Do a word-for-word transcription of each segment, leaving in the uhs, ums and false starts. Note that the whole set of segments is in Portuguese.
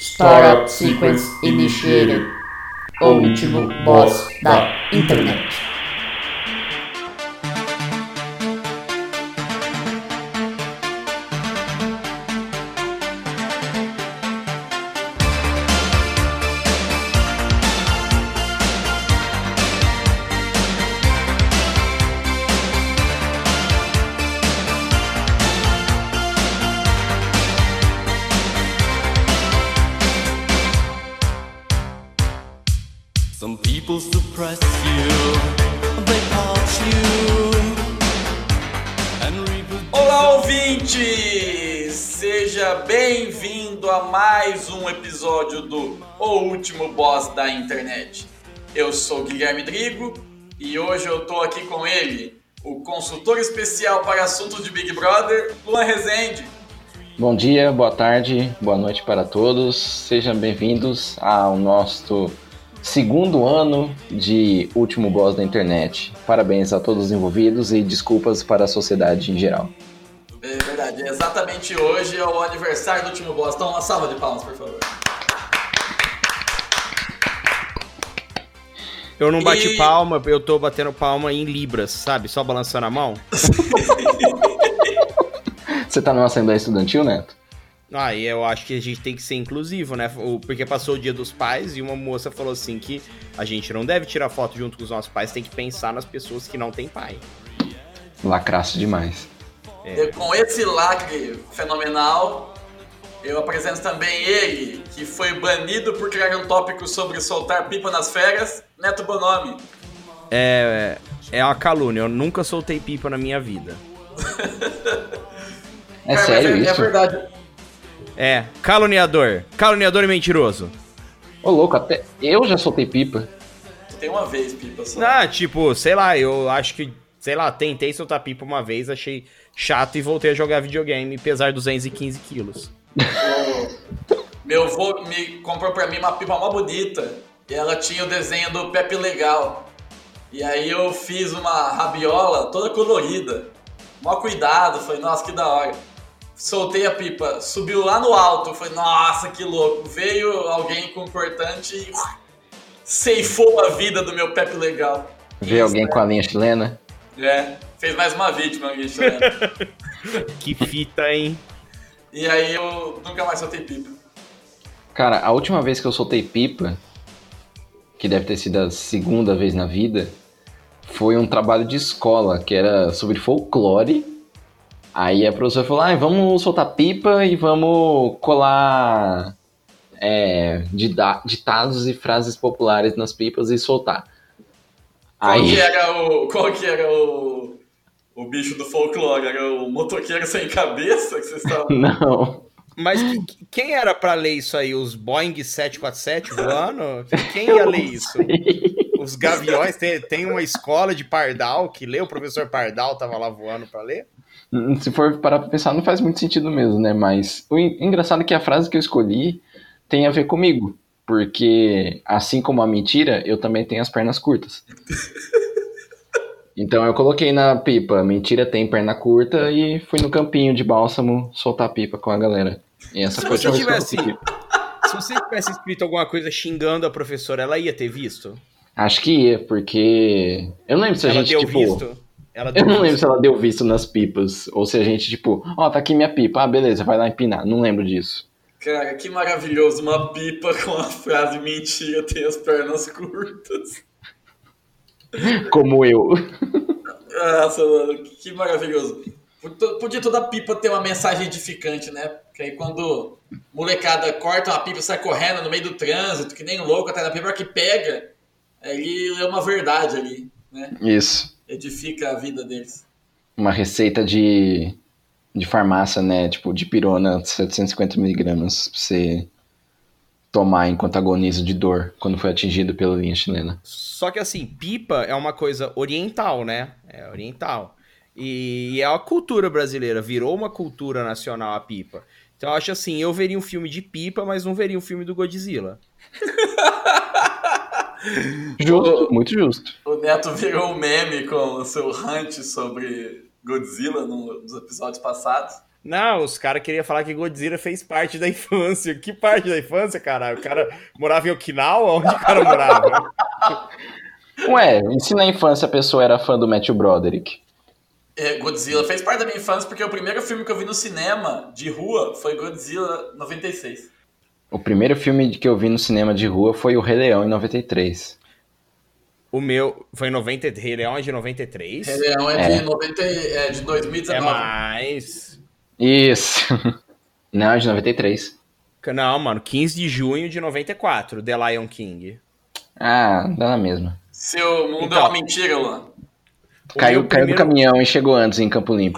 Startup Sequence Initiated. O último boss da internet. Some people suppress you, they punch you and reproduce. Olá, ouvintes! Seja bem-vindo a mais um episódio do O Último Boss da Internet. Eu sou Guilherme Drigo e hoje eu tô aqui com ele, o consultor especial para assuntos de Big Brother, Luan Rezende. Bom dia, boa tarde, boa noite para todos. Sejam bem-vindos ao nosso segundo ano de Último Boss da Internet. Parabéns a todos os envolvidos e desculpas para a sociedade em geral. É verdade, exatamente hoje é o aniversário do Último Boss. Então uma salva de palmas, por favor. Eu não bati E- palma, eu tô batendo palma em libras, sabe? Só balançando a mão. Você tá numa Assembleia Estudantil, Neto? Aí eu acho que a gente tem que ser inclusivo, né? O- Porque passou o Dia dos Pais e uma moça falou assim que a gente não deve tirar foto junto com os nossos pais, tem que pensar nas pessoas que não têm pai. Lacraço demais. E com esse lacre fenomenal, eu apresento também ele, que foi banido por criar um tópico sobre soltar pipa nas férias, Neto Bonomi. É, é uma calúnia, eu nunca soltei pipa na minha vida. É Cara, sério mas é, isso? É verdade. É, caluniador, caluniador e mentiroso. Ô, louco, até eu já soltei pipa. Tem uma vez pipa só. Ah, tipo, sei lá, eu acho que, sei lá, tentei soltar pipa uma vez, achei chato e voltei a jogar videogame, pesar duzentos e quinze quilos. O meu avô me comprou pra mim uma pipa mó bonita e ela tinha o desenho do Pepe Legal. E aí eu fiz uma rabiola toda colorida. Mó cuidado, falei, nossa, que da hora. Soltei a pipa, subiu lá no alto, falei, nossa, que louco. Veio alguém com cortante e uh, ceifou a vida do meu Pepe Legal. Ver alguém com a linha chilena? É, fez mais uma vítima aqui, chorando. Que fita, hein? E aí eu nunca mais soltei pipa. Cara, a última vez que eu soltei pipa, que deve ter sido a segunda vez na vida, foi um trabalho de escola, que era sobre folclore. Aí a professora falou, ah, vamos soltar pipa e vamos colar é, dita- ditados e frases populares nas pipas e soltar. Qual Aí, que era o. Qual que era o. O bicho do folclore? Era o motoqueiro sem cabeça que vocês estavam. não, Mas que- quem era pra ler isso aí? Os Boeing sete quatro sete voando? Quem ia ler isso? Os Gaviões? Tem, tem uma escola de Pardal que lê, o professor Pardal tava lá voando pra ler? se for parar pra pensar, não faz muito sentido mesmo, né? Mas o en- engraçado é que a frase que eu escolhi tem a ver comigo. Porque, assim como a mentira, eu também tenho as pernas curtas. Então eu coloquei na pipa, mentira tem perna curta, e fui no campinho de bálsamo soltar pipa com a galera. E essa Se foi a você última vez que eu tivesse- soltei pipa. Se você tivesse escrito alguma coisa xingando a professora, ela ia ter visto? Acho que ia, porque... Eu não lembro se a ela gente, deu tipo... visto? Ela deu Eu não lembro visto. se ela deu visto nas pipas, ou se a gente, tipo, ó, tá aqui minha pipa, ah, beleza, vai lá empinar. Não lembro disso. Cara, que maravilhoso. Uma pipa com a frase mentira tem as pernas curtas. Como eu. Nossa, mano, que maravilhoso. Podia toda pipa ter uma mensagem edificante, né? Porque aí quando molecada corta uma pipa e sai correndo no meio do trânsito, que nem louco atrás da pipa, a hora que pega, aí é uma verdade ali, né? Isso. Edifica a vida deles. Uma receita de, de farmácia, né? Tipo, de pirona, setecentos e cinquenta miligramas, pra você tomar enquanto agoniza de dor quando foi atingido pela linha chilena. Só que assim, pipa é uma coisa oriental, né? É oriental. E é a cultura brasileira, virou uma cultura nacional a pipa. Então eu acho assim, eu veria um filme de pipa, mas não veria um filme do Godzilla. Justo, muito justo. O Neto virou um meme com o seu rant sobre Godzilla no- nos episódios passados. Não, os caras queriam falar que Godzilla fez parte da infância. Que parte da infância, caralho? O cara morava em Okinawa? Onde o cara morava? Ué, e se na infância a pessoa era fã do Matthew Broderick? É, Godzilla fez parte da minha infância porque o primeiro filme que eu vi no cinema de rua foi Godzilla noventa e seis. O primeiro filme que eu vi no cinema de rua foi O Rei Leão, em noventa e três. O meu foi em noventa, Rei Leão é de noventa e três? Rei Leão é, É. de, noventa, é de dois mil e É dezenove. mais... Isso. Não, é de noventa e três. Não, mano, quinze de junho de noventa e quatro, The Lion King. Ah, dá na mesma. Seu mundo Então. é uma mentira, Luan. O Caiu, meu caiu do primeiro- caminhão e chegou antes em Campo Limpo.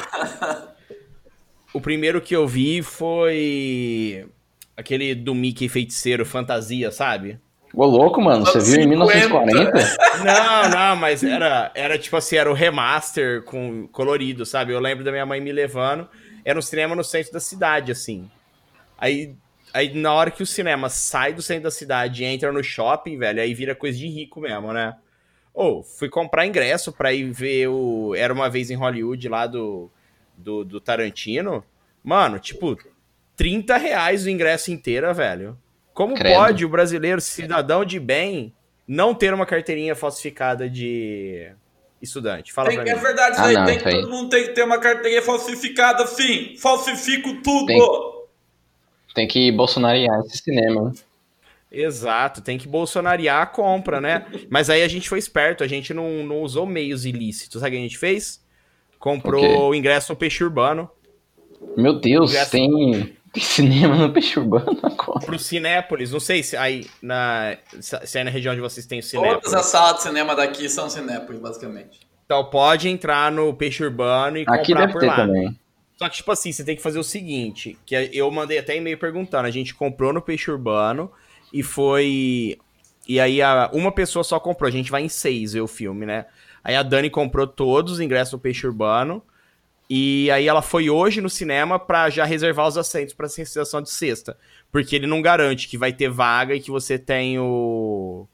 O primeiro que eu vi foi aquele do Mickey Feiticeiro, Fantasia, sabe? Ô, louco, mano, você viu em mil novecentos e quarenta? Não, não, mas era, era tipo assim, era o remaster com colorido, sabe? Eu lembro da minha mãe me levando, era um cinema no centro da cidade, assim. Aí, aí na hora que o cinema sai do centro da cidade e entra no shopping, velho, aí vira coisa de rico mesmo, né? Ou, fui comprar ingresso pra ir ver o Era Uma Vez em Hollywood lá do, do, do Tarantino. Mano, tipo, trinta reais o ingresso inteiro, velho. Como Credo. pode o brasileiro, cidadão de bem, não ter uma carteirinha falsificada de estudante? Fala Tem- pra é mim. verdade, isso Ah, aí. não, Tem, isso aí. todo mundo tem que ter uma carteirinha falsificada, fim. Falsifico tudo. Tem. Tem que bolsonariar esse cinema. Exato, tem que bolsonariar a compra, né? Mas aí a gente foi esperto, a gente não, não usou meios ilícitos. Sabe o que a gente fez? Comprou O quê? o ingresso no Peixe Urbano. Meu Deus, Ingresso- tem, tem cinema no Peixe Urbano agora. Pro Cinépolis, não sei se aí na, se aí na região onde vocês têm o Cinépolis. Todas as salas de cinema daqui são Cinépolis, basicamente. Então pode entrar no Peixe Urbano e Aqui comprar deve por ter lá. também. Só que, tipo assim, você tem que fazer o seguinte, que eu mandei até e-mail perguntando, a gente comprou no Peixe Urbano e foi... E aí a, uma pessoa só comprou, a gente vai em seis ver o filme, né? Aí a Dani comprou todos os ingressos no Peixe Urbano e aí ela foi hoje no cinema pra já reservar os assentos pra sessão de sexta. Porque ele não garante que vai ter vaga e que você tem o...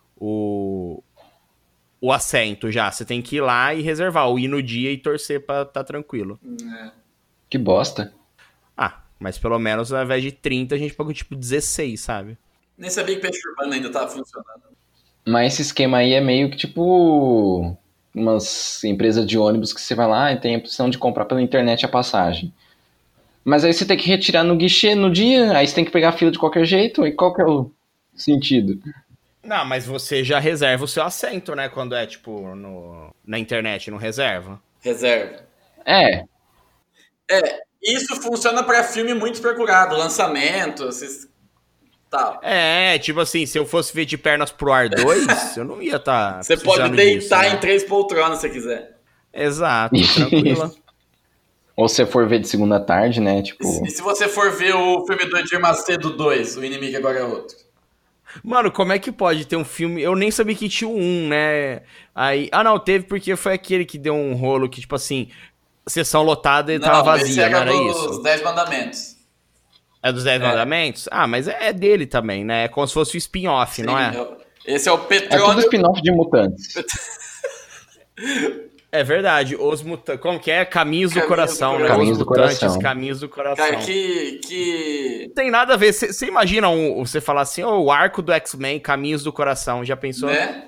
o o assento já. Você tem que ir lá e reservar, ou ir no dia e torcer pra tá tranquilo. Que bosta. Ah, mas pelo menos ao invés de trinta, a gente pagou tipo dezesseis, sabe? Nem sabia que Peixe Urbano ainda tava funcionando. Mas esse esquema aí é meio que tipo umas empresas de ônibus que você vai lá e tem a opção de comprar pela internet a passagem. Mas aí você tem que retirar no guichê no dia, aí você tem que pegar a fila de qualquer jeito, e qual que é o sentido? Não, mas você já reserva o seu assento, né? Quando é, tipo, no, na internet, não reserva? Reserva. É, Isso funciona pra filme muito procurado, lançamento, esses... tal. É, tipo assim, se eu fosse ver de pernas pro ar dois, eu não ia estar. Tá Você pode disso, deitar né? em três poltronas se você quiser. Exato, tranquila. ou se você for ver de segunda tarde, né, tipo... E se você for ver o filme do Edir Macedo dois, O Inimigo Agora é Outro? Mano, como é que pode ter um filme... Eu nem sabia que tinha um, né? Aí... Ah, não, teve porque foi aquele que deu um rolo que, tipo assim, sessão lotada e tava esse vazia, não era dos isso? Dez Mandamentos. É dos Dez É. Mandamentos? Ah, mas é é dele também, né? É como se fosse o spin-off, não é? Sim, Esse é o É tudo petróleo... spin-off de Mutantes. É verdade. Os mutantes... Como que é? Caminhos do Caminhos do Coração, né? Coração. Caminhos Os do mutantes, Coração. Caminhos do Coração. Cara, que... que... Não tem nada a ver. Você imagina um, você falar assim, oh, o arco do X-Men, Caminhos do Coração, já pensou? né?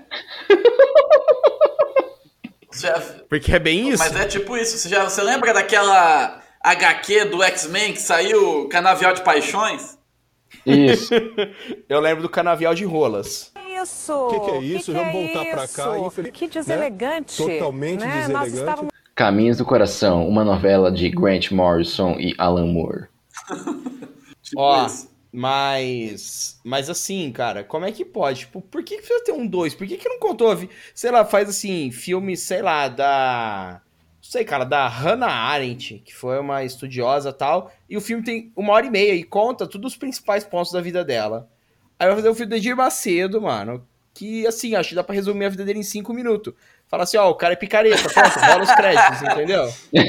Já- Porque é bem isso. Mas é tipo isso. Você, já, você lembra daquela H Q do X-Men que saiu, Canavial de Paixões? Isso. Eu lembro do Canavial de Rolas. Isso? O que, que é isso? Que Vamos que é voltar pra cá. isso? infeliz- Que né? deselegante. Totalmente né? Nós deselegante. estávamos... Caminhos do Coração, uma novela de Grant Morrison e Alan Moore. Tipo Ó, isso. mas... Mas assim, cara, como é que pode? Tipo, por que que precisa ter um dois? Por que que não contou, a vi- sei lá, faz assim, filme, sei lá, da... Não sei, cara, da Hannah Arendt, que foi uma estudiosa e tal, e o filme tem uma hora e meia e conta todos os principais pontos da vida dela. Aí vai fazer o filme do Edir Macedo, mano, que, assim, acho que dá pra resumir a vida dele em cinco minutos. Fala assim, ó, o cara é picareta, pronto, rola os créditos, entendeu?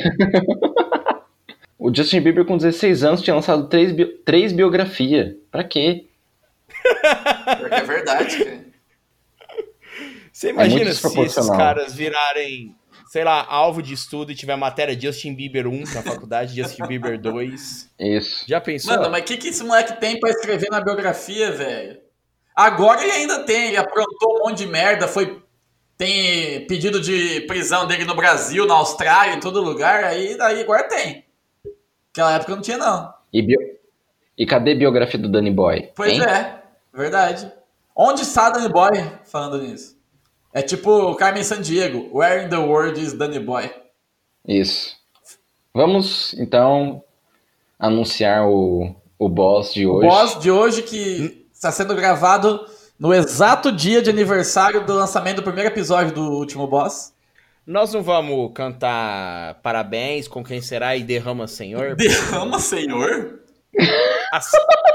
O Justin Bieber, com dezesseis anos, tinha lançado três, bi- três biografias. Pra quê? Porque é verdade, cara. Você imagina muito se esses desproporcional. caras virarem sei lá, alvo de estudo e tiver matéria Justin Bieber um na faculdade, Justin Bieber dois. Isso. Já pensou? Mano, mas o que, que esse moleque tem pra escrever na biografia, velho? Agora ele ainda tem, ele aprontou um monte de merda, foi... Tem pedido de prisão dele no Brasil, na Austrália, em todo lugar, aí daí agora tem. Naquela época não tinha, não. E, bio... e cadê a biografia do Danny Boy? Pois hein? é, verdade. Onde está Danny Boy, falando nisso? É tipo Carmen Sandiego, Where in the World is Danny Boy? Isso. Vamos, então, anunciar o, o boss de hoje. O boss de hoje que está sendo gravado no exato dia de aniversário do lançamento do primeiro episódio do último boss. Nós não vamos cantar parabéns com quem será e derrama Senhor? Derrama Senhor? As,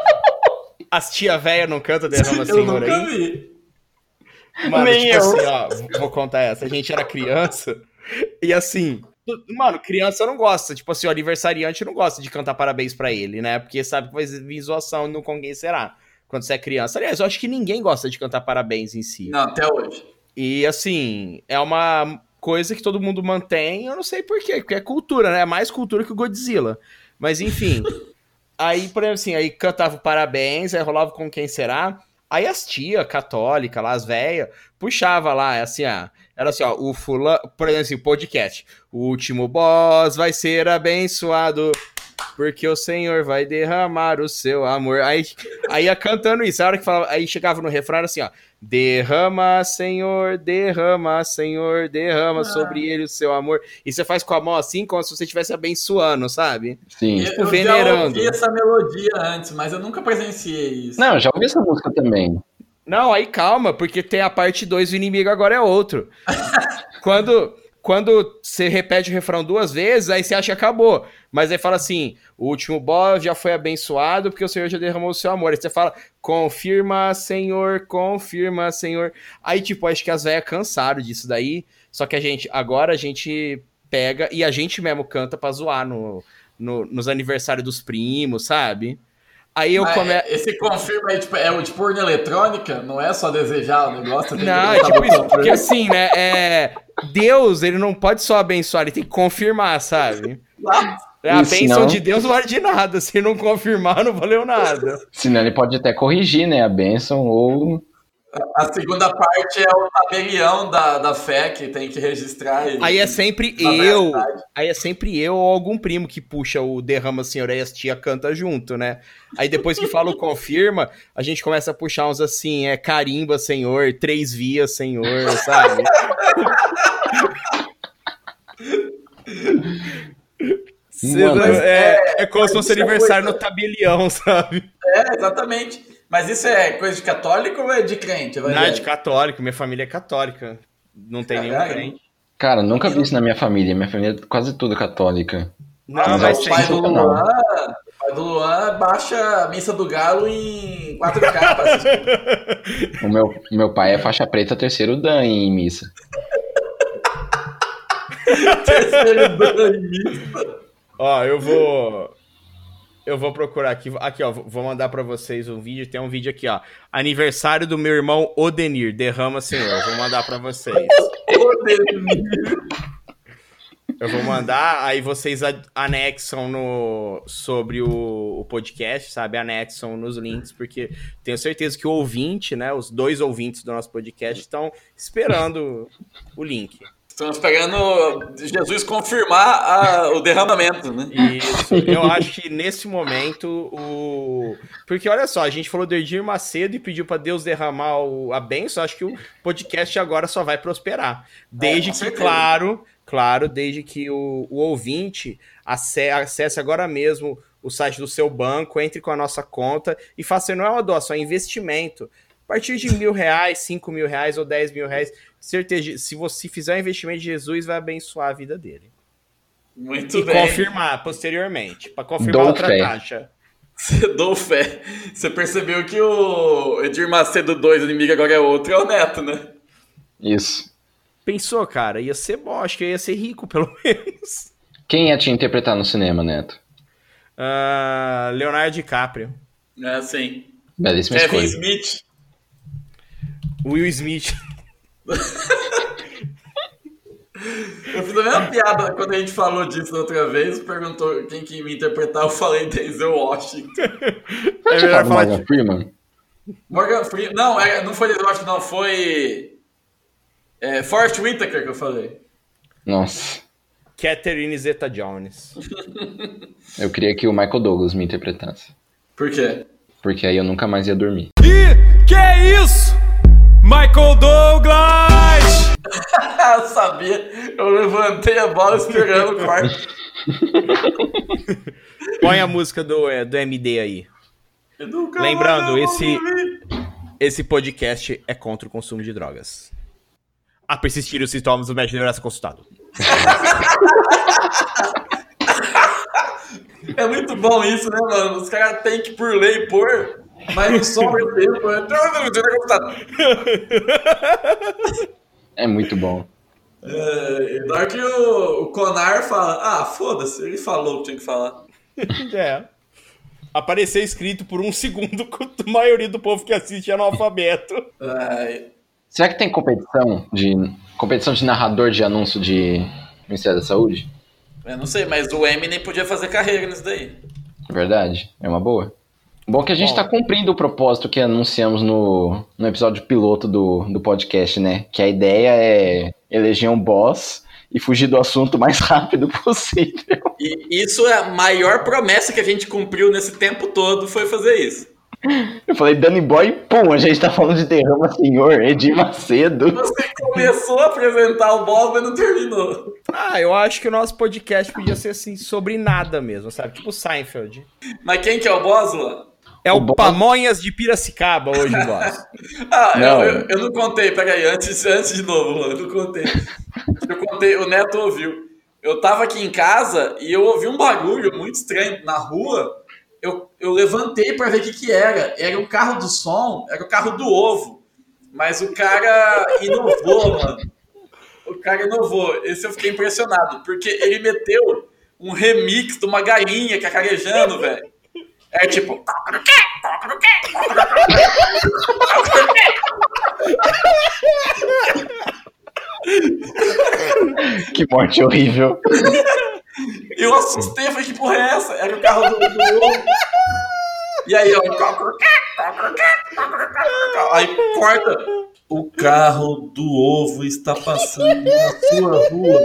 as tia véia não canta derrama Eu Senhor nunca aí? vi. Mano, Nem tipo eu. assim, ó, vou contar essa. A gente era criança e assim, mano, criança não gosta. Tipo assim, o aniversariante não gosta de cantar parabéns pra ele, né? Porque sabe que vai vir zoação no com quem será. Quando você é criança. Aliás, eu acho que ninguém gosta de cantar parabéns em si. Não, até hoje. E assim, é uma coisa que todo mundo mantém, eu não sei por quê, porque é cultura, né? É mais cultura que o Godzilla. Mas enfim. Aí, por exemplo, assim, aí cantava parabéns, aí rolava com quem será. Aí as tia católica lá, as velhas, puxava lá, assim, ah, era assim, ó, o fulano, por exemplo, assim, podcast. O último boss vai ser abençoado, porque o Senhor vai derramar o seu amor. Aí, aí ia cantando isso, a hora que falava, aí chegava no refrão, era assim, ó, derrama, Senhor, derrama, Senhor, derrama ah. sobre ele o seu amor. E você faz com a mão assim, como se você estivesse abençoando, sabe? Sim. Eu, tipo, eu venerando. já ouvi essa melodia antes, mas eu nunca presenciei isso. Não, já ouvi essa música também. Não, aí calma, porque tem a parte dois, o inimigo agora é outro. Quando... Quando você repete o refrão duas vezes, aí você acha que acabou. Mas aí fala assim, o último boss já foi abençoado porque o Senhor já derramou o seu amor. Aí você fala, confirma, Senhor, confirma, Senhor. Aí, tipo, acho que as velhas cansaram disso daí. Só que a gente, agora a gente pega e a gente mesmo canta pra zoar no, no, nos aniversários dos primos, sabe? Aí eu começo... Esse confirma aí, tipo, é o de urna eletrônica? Não é só desejar o negócio? Não, é tipo isso, porque assim, né, é... Deus, ele não pode só abençoar, ele tem que confirmar, sabe? A Isso, bênção não. de Deus não vale de nada, se não confirmar, não valeu nada. Senão ele pode até corrigir, né, a bênção ou... A segunda parte é o tabelião da, da fé que tem que registrar. E, aí é sempre eu, aí é sempre eu ou algum primo que puxa o derrama Senhor, aí as tia canta junto, né? Aí depois que fala o confirma, a gente começa a puxar uns assim, é carimba Senhor, três vias Senhor, sabe? Mano, é, é como se fosse aniversário no tabelião, sabe? É, exatamente. Mas isso é coisa de católico ou é de crente? Não, é de católico. Minha família é católica. Não tem nenhum crente. Cara, nunca vi isso na minha família. Minha família é quase tudo católica. Não, mas, mas o tem pai do não. Luan, o pai do Luan baixa a missa do galo em quatro capas. O meu, meu pai é faixa preta terceiro dan em missa. Terceiro dan em missa. Ó, eu vou... Eu vou procurar aqui. Aqui, ó. Vou mandar pra vocês um vídeo. Tem um vídeo aqui, ó. Aniversário do meu irmão Odenir. Derrama, Senhor. Vou mandar pra vocês. Odenir. Eu vou mandar, aí vocês anexam no, sobre o, o podcast, sabe? Anexam nos links, porque tenho certeza que o ouvinte, né? Os dois ouvintes do nosso podcast estão esperando o link. Estamos esperando Jesus confirmar a, o derramamento, né? Isso. Eu acho que nesse momento o... Porque olha só, a gente falou do Edir Macedo e pediu para Deus derramar o... a bênção. Acho que o podcast agora só vai prosperar. Desde é, que, certeza. claro, claro, desde que o, o ouvinte acesse agora mesmo o site do seu banco, entre com a nossa conta e faça, não é uma doação, é investimento. A partir de mil reais, cinco mil reais ou dez mil reais, certeza, se você fizer um investimento, Jesus vai abençoar a vida dele. Muito e bem. confirmar posteriormente, para confirmar Dou outra fé. taxa. Você dou fé. Você percebeu que o Edir Macedo dois, o inimigo agora é outro, é o Neto, né? Isso. Pensou, cara, ia ser bom, acho que eu ia ser rico, pelo menos. Quem ia te interpretar no cinema, Neto? Uh, Leonardo DiCaprio. É assim. Belíssima Kevin escolha. Smith. Will Smith. Eu fiz a mesma piada quando a gente falou disso da outra vez, perguntou quem que me interpretar, eu falei Denzel Washington. É melhor falar Morgan de... Freeman? Morgan Freeman, não, é, não foi Denzel Washington, não, foi é, Forrest Whitaker que eu falei. Nossa. Catherine Zeta-Jones. Eu queria que o Michael Douglas me interpretasse. Por quê? Porque aí eu nunca mais ia dormir. E que é isso? Michael Douglas! Eu sabia, eu levantei a bola esperando o corte. Põe a música do, é, do M D aí. Lembrando, esse, esse podcast é contra o consumo de drogas. A persistir os sintomas, o médico deverá ser consultado. É muito bom isso, né, mano? Os caras têm que, por lei, pôr, mas não sobra tempo. É muito bom. É, na hora que o, o Conar fala, ah, foda-se, ele falou o que tinha que falar. É. Aparecer escrito por um segundo com a maioria do povo que assiste é analfabeto. Ai. Será que tem competição de competição de narrador de anúncio de Ministério da Saúde? Eu não sei, mas o Eminem podia fazer carreira nisso daí. Verdade, é uma boa. Bom que a gente Bom. tá cumprindo o propósito que anunciamos no, no episódio piloto do, do podcast, né? Que a ideia é eleger um boss e fugir do assunto o mais rápido possível. E isso é a maior promessa que a gente cumpriu nesse tempo todo, foi fazer isso. Eu falei Danny Boy, pum, a gente tá falando de Derrama Senhor, Edir Macedo. Você começou a apresentar o boss, mas não terminou. Ah, eu acho que o nosso podcast podia ser assim, sobre nada mesmo, sabe? Tipo Seinfeld. Mas quem que é o boss, Luan? É o, O boss- Pamonhas de Piracicaba hoje, boss. Ah, Não. Eu, eu, eu não contei, peraí, antes, antes de novo, Luan, eu não contei. Eu contei, o Neto ouviu. Eu tava aqui em casa e eu ouvi um barulho muito estranho na rua. Eu, eu levantei pra ver o que que era. Era o carro do som, era o carro do ovo. Mas o cara inovou, mano. O cara inovou. Esse eu fiquei impressionado, porque ele meteu um remix de uma galinha cacarejando, velho. É tipo... Que morte horrível. Eu assustei, eu falei, que porra é essa? Era o carro do, do ovo. E aí, ó. Aí corta. O carro do ovo está passando na sua rua.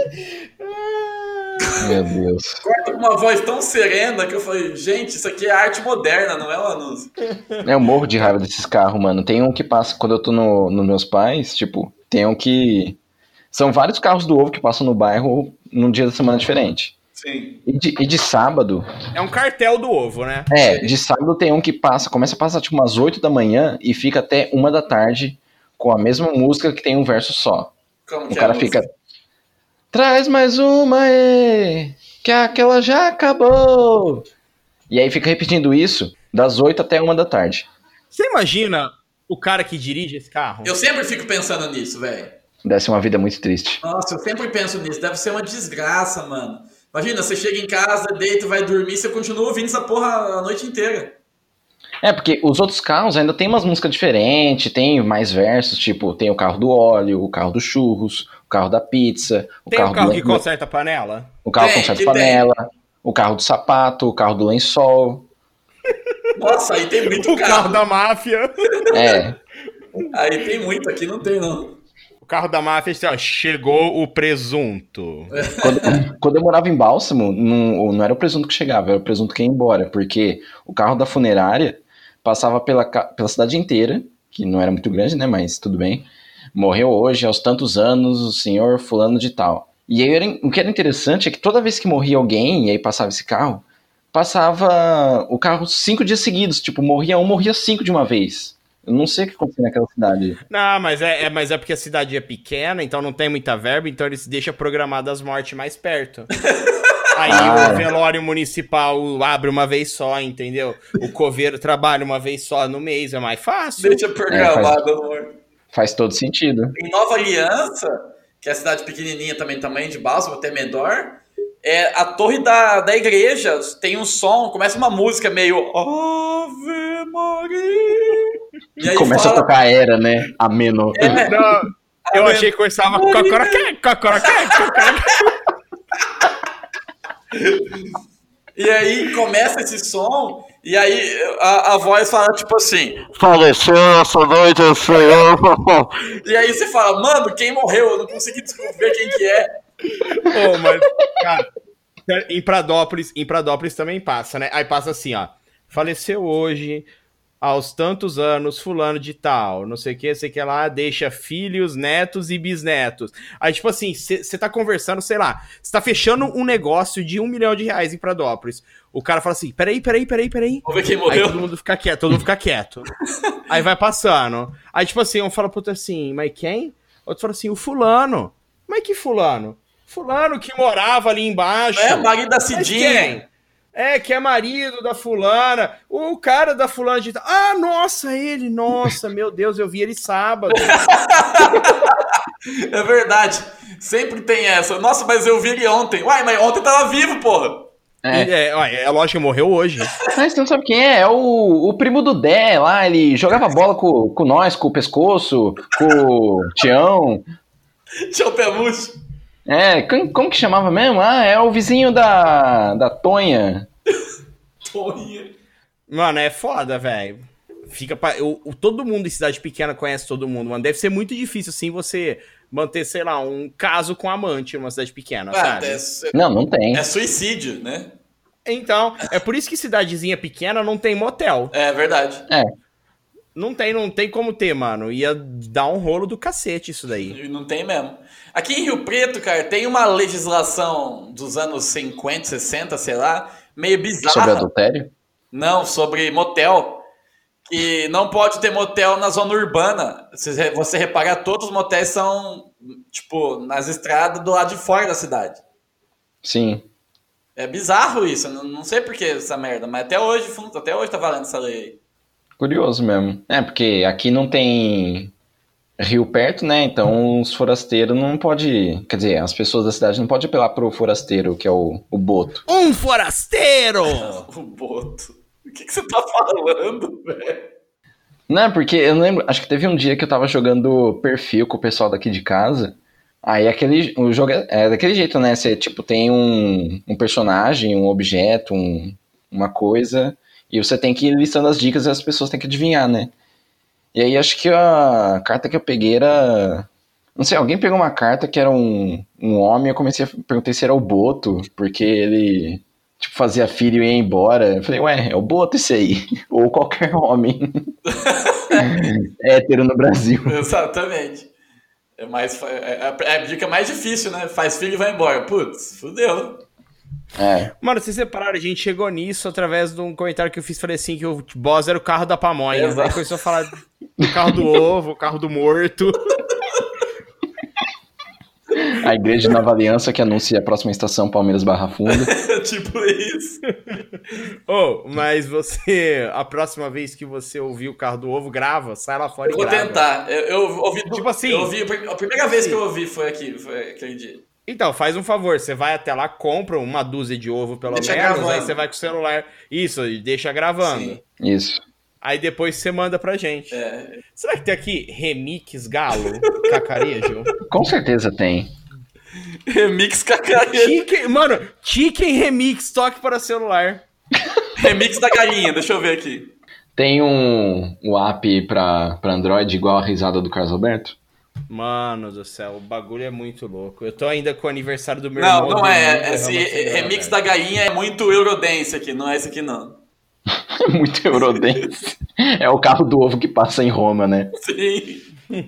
Meu Deus. Corta com uma voz tão serena que eu falei, gente, isso aqui é arte moderna, não é um anúncio. Eu morro de raiva desses carros, mano. Tem um que passa quando eu tô no, nos meus pais, tipo, tem um que... São vários carros do ovo que passam no bairro num dia da semana diferente. Sim. E de, e de sábado... É um cartel do ovo, né? É, de sábado tem um que passa, começa a passar tipo umas oito da manhã e fica até uma da tarde com a mesma música que tem um verso só. Como O que cara é a fica... música? Traz mais uma, ê, que aquela já acabou. E aí fica repetindo isso das oito até uma da tarde. Você imagina o cara que dirige esse carro? Eu sempre fico pensando nisso, velho. Deve ser uma vida muito triste. Nossa, eu sempre penso nisso. Deve ser uma desgraça, mano. Imagina, você chega em casa, deita, vai dormir, você continua ouvindo essa porra a noite inteira. É, porque os outros carros ainda tem umas músicas diferentes, tem mais versos, tipo, tem o carro do óleo, o carro dos churros, o carro da pizza, o Tem carro um carro do... que conserta a panela? O carro Tem, conserta que panela, o carro do sapato, o carro do lençol. Nossa, aí tem muito O carro carro. da máfia. É, Aí tem muito, aqui não tem, não. O carro da máfia, assim, ó, chegou o presunto. quando, quando eu morava em Bálsamo, não, não era o presunto que chegava, era o presunto que ia embora, porque o carro da funerária passava pela, ca- pela cidade inteira, que não era muito grande, né, mas tudo bem. Morreu hoje, aos tantos anos, o senhor fulano de tal. E aí, era- o que era interessante é que toda vez que morria alguém, e aí passava esse carro, passava o carro cinco dias seguidos, tipo, morria um, morria cinco de uma vez. Eu não sei o que acontecia naquela cidade. Não, mas é, é- mas é porque a cidade é pequena, então não tem muita verba, então eles deixam programado as mortes mais perto. Aí Ah. o velório municipal abre uma vez só, entendeu? O coveiro trabalha uma vez só no mês, é mais fácil. Deixa programado, amor. Faz todo sentido. Em Nova Aliança, que é a cidade pequenininha também, tamanho de Bálsamo, até menor, é, a torre da, da igreja tem um som, começa uma música meio Ave Maria. E aí Começa fala, a tocar a era, né? A menor. é, Não, Eu achei que começava cocoroqué, cocoroqué, cocoroqué. E aí começa esse som, e aí a, a voz fala tipo assim: Faleceu essa noite, senhor. e aí você fala, mano, quem morreu? Eu não consegui descobrir quem que é. Pô, mas, cara, em Pradópolis, em Pradópolis também passa, né? Aí passa assim, ó. Faleceu hoje, aos tantos anos, fulano de tal, não sei o que, sei que lá, deixa filhos, netos e bisnetos. Aí, tipo assim, você tá conversando, sei lá, você tá fechando um negócio de um milhão de reais em Pradópolis. O cara fala assim, peraí, peraí, peraí, peraí. Vamos ver quem Aí morreu. todo mundo fica quieto, todo mundo fica quieto. Aí vai passando. Aí, tipo assim, um fala pro outro assim, mas quem? Outro fala assim, o fulano. Mas que fulano? Fulano que morava ali embaixo. É, marido da Mas Cidinha. quem? É, que é marido da fulana. O cara da fulana de... Ah, nossa, ele, nossa, meu Deus, eu vi ele sábado. É verdade. Sempre tem essa. Nossa, mas eu vi ele ontem. Uai, mas ontem tava vivo, porra. É. É, é, é lógico que morreu hoje. Mas você não sabe quem é? É o, o primo do Dé lá, ele jogava bola com, com nós, com o pescoço, com o Tião. Tchau, pé murcho. É, como, como que chamava mesmo? Ah, é o vizinho da, da Tonha. Tonha. Mano, é foda, velho. Fica pra... eu, o- todo mundo em cidade pequena conhece todo mundo, mano. Deve ser muito difícil, assim, você manter, sei lá, um caso com amante numa cidade pequena, Ah, sabe? é, Não, não tem. é suicídio, né? Então, é por isso que cidadezinha pequena não tem motel. É verdade. É, Não tem, não tem como ter, mano. Ia dar um rolo do cacete isso daí. E não tem mesmo. Aqui em Rio Preto, cara, tem uma legislação dos anos cinquenta, sessenta, sei lá, meio bizarra. sobre adultério. Não, sobre motel. Que não pode ter motel na zona urbana. Se você reparar, todos os motéis são, tipo, nas estradas do lado de fora da cidade. Sim. É bizarro isso, eu não não sei por que essa merda, mas até hoje, fun- até hoje tá valendo essa lei aí. Curioso mesmo. É, porque aqui não tem rio perto, né? Então os forasteiros não podem. Quer dizer, as pessoas da cidade não podem apelar pro forasteiro, que é o, o boto. Um forasteiro! O Boto. O que, que você tá falando, velho? Não, porque eu não lembro. Acho que teve um dia que eu tava jogando perfil com o pessoal daqui de casa. Aí aquele. O jogo é, é daquele jeito, né? Você, tipo, tem um, um personagem, um objeto, um, uma coisa. E você tem que ir listando as dicas e as pessoas têm que adivinhar, né? E aí acho que a carta que eu peguei era... Não sei, alguém pegou uma carta que era um, um homem, eu comecei a perguntar se era o Boto, porque ele, tipo, fazia filho e ia embora. Eu falei, ué, é o Boto isso aí. Ou qualquer homem hétero no Brasil. Exatamente. É, mais, fa- é, é a dica mais difícil, né? Faz filho e vai embora. Putz, fudeu. É, Mano, vocês separaram, a gente chegou nisso através de um comentário que eu fiz, falei assim, que o boss era o carro da pamonha. Exato. Aí começou a falar do carro do ovo, o carro do morto. a Igreja de Nova Aliança que anuncia a próxima estação Palmeiras Barra Funda. Tipo isso. Ô, mas você, a próxima vez que você ouvir o carro do ovo, grava, sai lá fora Eu e vou grava. tentar. Eu, eu ouvi. Tipo assim. Eu ouvi, a primeira vez que eu ouvi foi aqui, foi aquele dia. Então, faz um favor, você vai até lá, compra uma dúzia de ovo pelo Deixa menos, gravando. aí você vai com o celular, isso, e deixa gravando. Sim. Isso. Aí depois você manda pra gente. É. Será que tem aqui remix galo, cacarejo? Com certeza tem. Remix cacarejo. Chicken, mano, Chicken Remix, toque para celular. Remix da galinha, deixa eu ver aqui. Tem um, um app pra, pra Android igual a risada do Carlos Alberto? Mano do céu, o bagulho é muito louco. Eu tô ainda com o aniversário do meu Não, irmão. não dormindo, é. eu Esse realmente não, remix velho. da galinha é muito Eurodance aqui, não é esse aqui não. É muito Eurodance. É o carro do ovo que passa em Roma, né? Sim.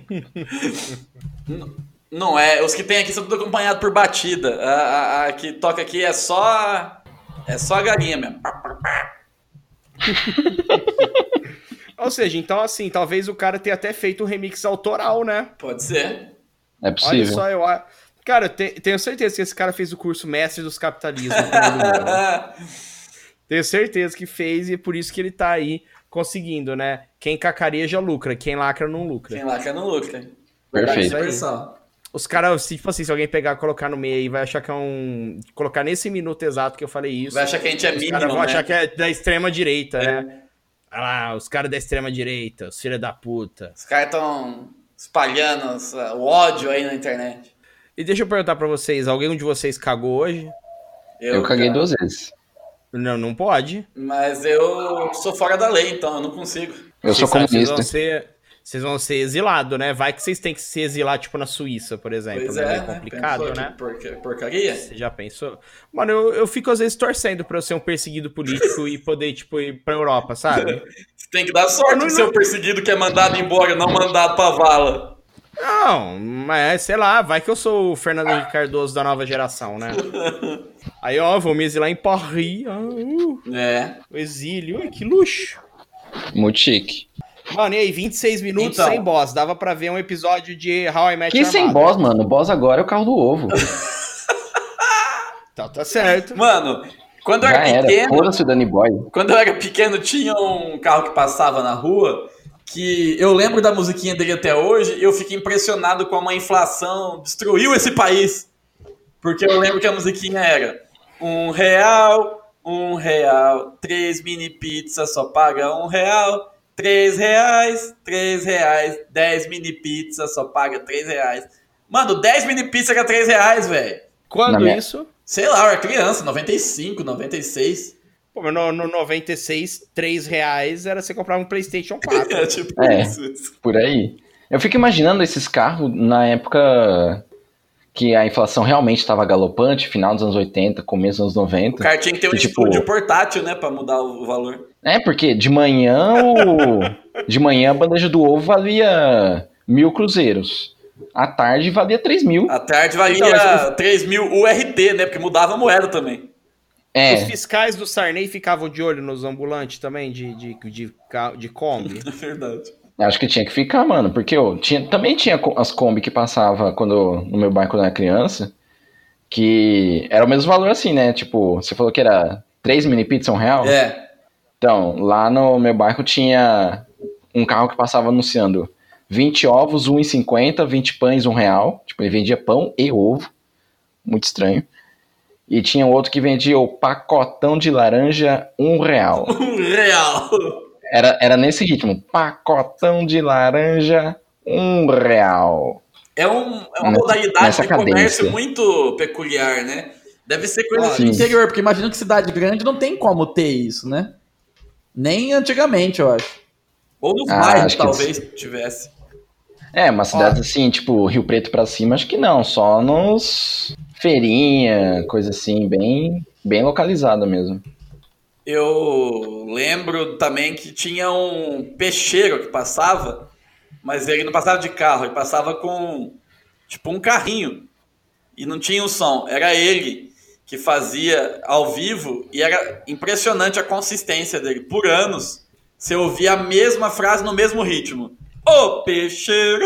N- Não é, os que tem aqui são tudo acompanhado por batida. A, a- a que toca aqui é só. É só a galinha mesmo. Ou seja, então assim, talvez o cara tenha até feito um remix autoral, né? Pode ser. É Olha possível. só, eu a- Cara, eu te- tenho certeza que esse cara fez o curso Mestre dos Capitalismos. com o Lula, né? Tenho certeza que fez e é por isso que ele tá aí conseguindo, né? Quem cacareja lucra, quem lacra não lucra. Quem lá quer não lucra. Perfeito. Expressão. Os caras, se, tipo assim, se alguém pegar e colocar no meio aí, vai achar que é um... Colocar nesse minuto exato que eu falei isso. Vai achar que a gente é Os mínimo, caras vão né? achar que é da extrema direita, né? Ah lá, os caras da extrema direita, os filhos da puta. Os caras tão. espalhando essa- o ódio aí na internet. E deixa eu perguntar pra vocês, alguém de vocês cagou hoje? Eu caguei cara, duas vezes. Não, não pode. Mas eu sou fora da lei, então eu não consigo. Eu sou Vocês sabem que Vocês comunista. vão ser, vocês vão ser exilados, né? Vai que vocês têm que se exilar, tipo, na Suíça, por exemplo. Pois né? é, É né? complicado, Pensou que né? porca- porcaria? Você já pensou? Mano, eu, eu fico às vezes torcendo pra eu ser um perseguido político e poder, tipo, ir pra Europa, sabe? Você tem que dar sorte Não, de ser não. o perseguido que é mandado embora, não mandado pra vala. Não, mas sei lá, vai que eu sou o Fernando Henrique Cardoso da nova geração, né? Aí, ó, vou me exilar em Paris. Ah, uh, É. o exílio, ui, que luxo. Muito chique. Mano, e aí, vinte e seis minutos Então. sem boss. Dava pra ver um episódio de How I Met Que Your sem Mother. boss, mano. O boss agora é o carro do ovo. Então tá certo. Mano, quando eu Já era era. pequeno, Foda-se o Danny Boy. quando eu era pequeno, tinha um carro que passava na rua que eu lembro da musiquinha dele até hoje e eu fiquei impressionado como a inflação destruiu esse país. Porque eu lembro que a musiquinha era um real, um real, três mini pizzas só paga um real, três reais, três reais, dez mini pizzas só paga três reais. Mano, dez mini pizzas era três reais, velho. Quando Na minha- isso? Sei lá, eu era criança, noventa e cinco, noventa e seis. Pô, mas no, no noventa e seis, três reais era você comprar um PlayStation quatro. É tipo É. isso. Por aí. Eu fico imaginando esses carros na época que a inflação realmente estava galopante, final dos anos oitenta, começo dos anos O noventa. cara tinha que ter um E, tipo, estúdio portátil, né, pra mudar o valor. É, porque de manhã o... de manhã a bandeja do ovo valia mil cruzeiros. À tarde valia três mil. À tarde valia Então, mas- três mil U R T, né, porque mudava a moeda também. Os É, fiscais do Sarney ficavam de olho nos ambulantes também, de, de, de, ca- de Kombi. É verdade. acho que tinha que ficar, mano. Porque eu tinha, também tinha co- as Kombi que passava quando, no meu bairro quando eu era criança. Que era o mesmo valor assim, né? Tipo, você falou que era três mini pizza, um real? É. Então, lá no meu bairro tinha um carro que passava anunciando vinte ovos, um real e cinquenta, vinte pães, um real. Tipo, ele vendia pão e ovo. Muito estranho. E tinha outro que vendia o pacotão de laranja, um real. Um real. Era, era nesse ritmo. Pacotão de laranja, um real. É, um, é uma Nessa- modalidade nessa de comércio cadência. muito peculiar, né? Deve ser coisa Olha, assim. Sim. interior, porque imagino que cidade grande não tem como ter isso, né? Nem antigamente, eu acho. Ou nos Ah, bairros, acho que talvez, tivesse. É, umas cidades assim, tipo Rio Preto pra cima, acho que não. Só nos feirinha, coisa assim, bem, bem localizada mesmo. Eu lembro também que tinha um peixeiro que passava, mas ele não passava de carro, ele passava com, tipo, um carrinho. E não tinha o som. Era ele que fazia ao vivo e era impressionante a consistência dele. Por anos, você ouvia a mesma frase no mesmo ritmo. Ô peixeiro!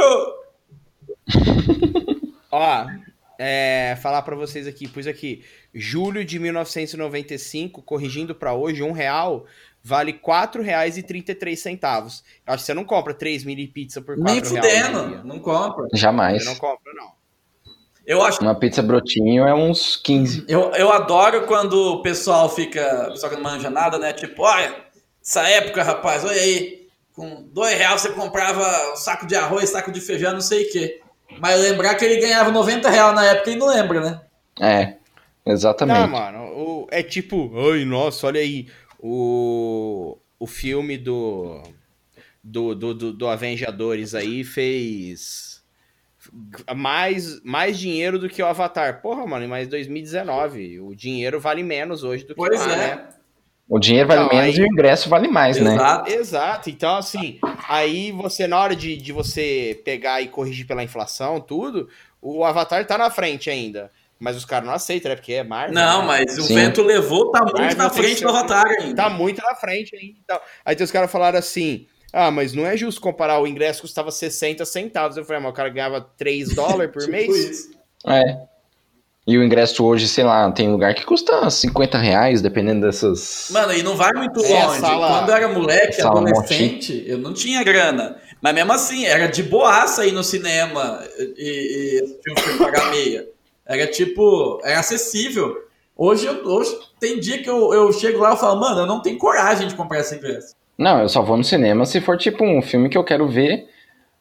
Ó, é, falar pra vocês aqui, pus aqui, julho de mil novecentos e noventa e cinco, corrigindo pra hoje, um real vale quatro reais e trinta e três centavos. Eu acho que você não compra três mini pizza por quatro Nem reais. hoje em fudendo, dia. não compra. Jamais. Você não compra, não. Eu acho Uma pizza brotinho é uns quinze. Eu, eu adoro quando o pessoal fica. O pessoal que não manja nada, né? Tipo, olha, essa época, rapaz, olha aí. Com dois reais você comprava um saco de arroz, saco de feijão, não sei o quê. Mas lembrar que ele ganhava noventa reais na época e não lembra, né? É, exatamente. Tá, mano, o- é tipo, ai, nossa, olha aí, o, o filme do, do, do, do, do Avengadores aí fez mais, mais dinheiro do que o Avatar. Porra, mano, mas dois mil e dezenove, o dinheiro vale menos hoje do que Pois lá, é. né? O dinheiro vale Não, menos aí- e o ingresso vale mais, né? Exato. Exato, então assim, aí você, na hora de, de você pegar e corrigir pela inflação, tudo, o Avatar tá na frente ainda. Mas os caras não aceitam, né? Porque é Marvel. Não, né? mas o Sim. vento levou, tá muito Marvel na tem frente que do ser- Avatar ainda. Tá muito na frente ainda. Então. Aí tem os caras falaram assim: ah, mas não é justo comparar, o ingresso custava sessenta centavos. Eu falei, mas o cara ganhava três dólares por Tipo mês? isso. É. E o ingresso hoje, sei lá, tem lugar que custa cinquenta reais, dependendo dessas... Mano, e não vai muito É, longe. sala- Quando eu era moleque, sala adolescente, eu não tinha grana. Mas mesmo assim, era de boaça ir no cinema e, e assistir um filme pagar meia. Era tipo, era acessível. Hoje, eu- hoje tem dia que eu, eu chego lá e falo, mano, eu não tenho coragem de comprar esse ingresso. Não, eu só vou no cinema se for tipo um filme que eu quero ver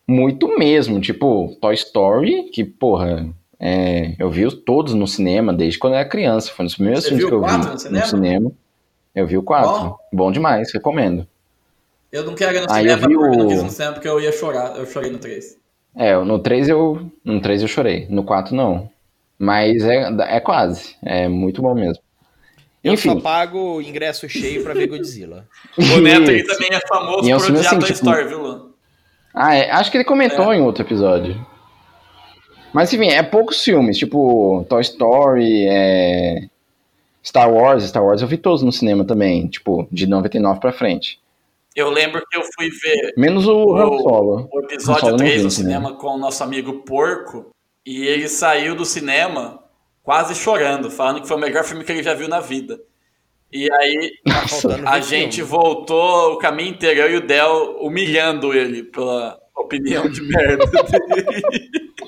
muito mesmo. Tipo, Toy Story, que, porra, é, eu vi todos no cinema desde quando eu era criança. Foi um dos primeiros Você filmes viu que eu o vi quatro no no cinema? cinema. Eu vi o quatro. Bom? Bom demais, recomendo. Eu não quero ir no Aí cinema eu vi porque eu não o- quis ir no cinema porque eu ia chorar. Eu chorei no três. É, no três eu, no três eu chorei, no quatro não. Mas é, é quase, é muito bom mesmo. Eu Enfim, só pago ingresso cheio pra ver Godzilla. O Neto aí isso. também é famoso E é um por filme odiar assim, Toy tipo- Story, viu, Luan? Ah, é, acho que ele comentou É. em outro episódio. Mas enfim, é poucos filmes, tipo Toy Story, é, Star Wars, Star Wars eu vi todos no cinema também, tipo, de noventa e nove pra frente. Eu lembro que eu fui ver Menos o Han Solo. o Han episódio Solo eu não vi três no no cinema com o nosso amigo Porco e ele saiu do cinema quase chorando, falando que foi o melhor filme que ele já viu na vida. E aí Tá faltando a ver gente filme. voltou o caminho inteiro, eu e o Del humilhando ele pela opinião de merda dele.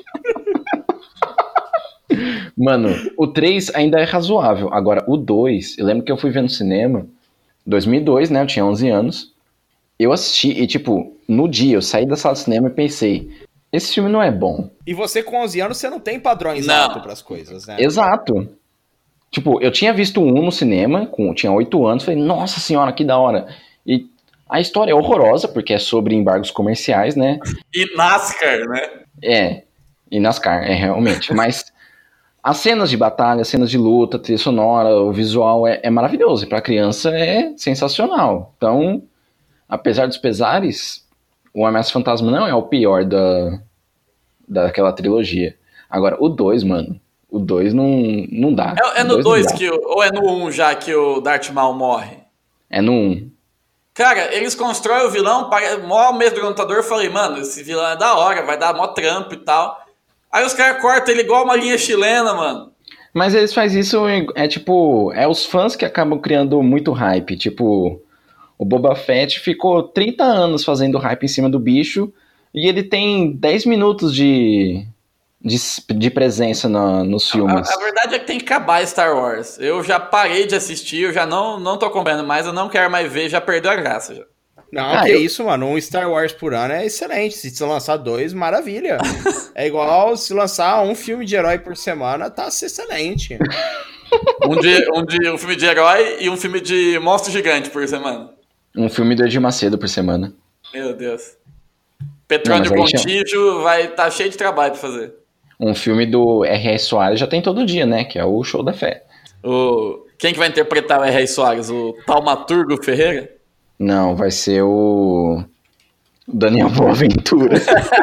Mano, o três ainda é razoável. Agora, o dois, eu lembro que eu fui ver no cinema, dois mil e dois, né? Eu tinha onze anos. Eu assisti e, tipo, no dia eu saí da sala de cinema e pensei, esse filme não é bom. E você com onze anos, você não tem padrões Não. altos pras coisas, né? Exato. Tipo, eu tinha visto um no cinema, com, tinha oito anos, falei, nossa senhora, que da hora. E a história é horrorosa, porque é sobre embargos comerciais, né? E NASCAR, né? É, e NASCAR, é realmente. Mas as cenas de batalha, as cenas de luta, a trilha sonora, o visual é, é maravilhoso. E pra criança é sensacional. Então, apesar dos pesares, o Ameaça Fantasma não é o pior da, daquela trilogia. Agora, o dois, mano, o dois não, não dá. É, é O no não dois dá. que o- ou é no um já que o Darth Maul morre? É no um. Cara, eles constroem o vilão, pare- mó amedrontador, eu falei, mano, esse vilão é da hora, vai dar mó trampo e tal. Aí os caras cortam ele igual uma linha chilena, mano. Mas eles fazem isso, em- é tipo, é os fãs que acabam criando muito hype. Tipo, o Boba Fett ficou trinta anos fazendo hype em cima do bicho e ele tem dez minutos de, de, de presença na- nos filmes. A, a verdade é que tem que acabar Star Wars. Eu já parei de assistir, eu já não, não tô acompanhando mais, eu não quero mais ver, já perdeu a graça. Já. Não, Ah, que eu- isso, mano. Um Star Wars por ano é excelente. Se você lançar dois, maravilha. É igual se lançar um filme de herói por semana, tá excelente. Um, de, um, de, um filme de herói e um filme de monstro gigante por semana. Um filme do Edir Macedo por semana. Meu Deus. Petrônio Não, mas aí Contígio vai estar tá cheio de trabalho pra fazer. Um filme do R R. Soares já tem todo dia, né? Que é o Show da Fé. O... Quem que vai interpretar o R R. Soares? O Taumaturgo Ferreira? Não, vai ser o Daniel Boaventura.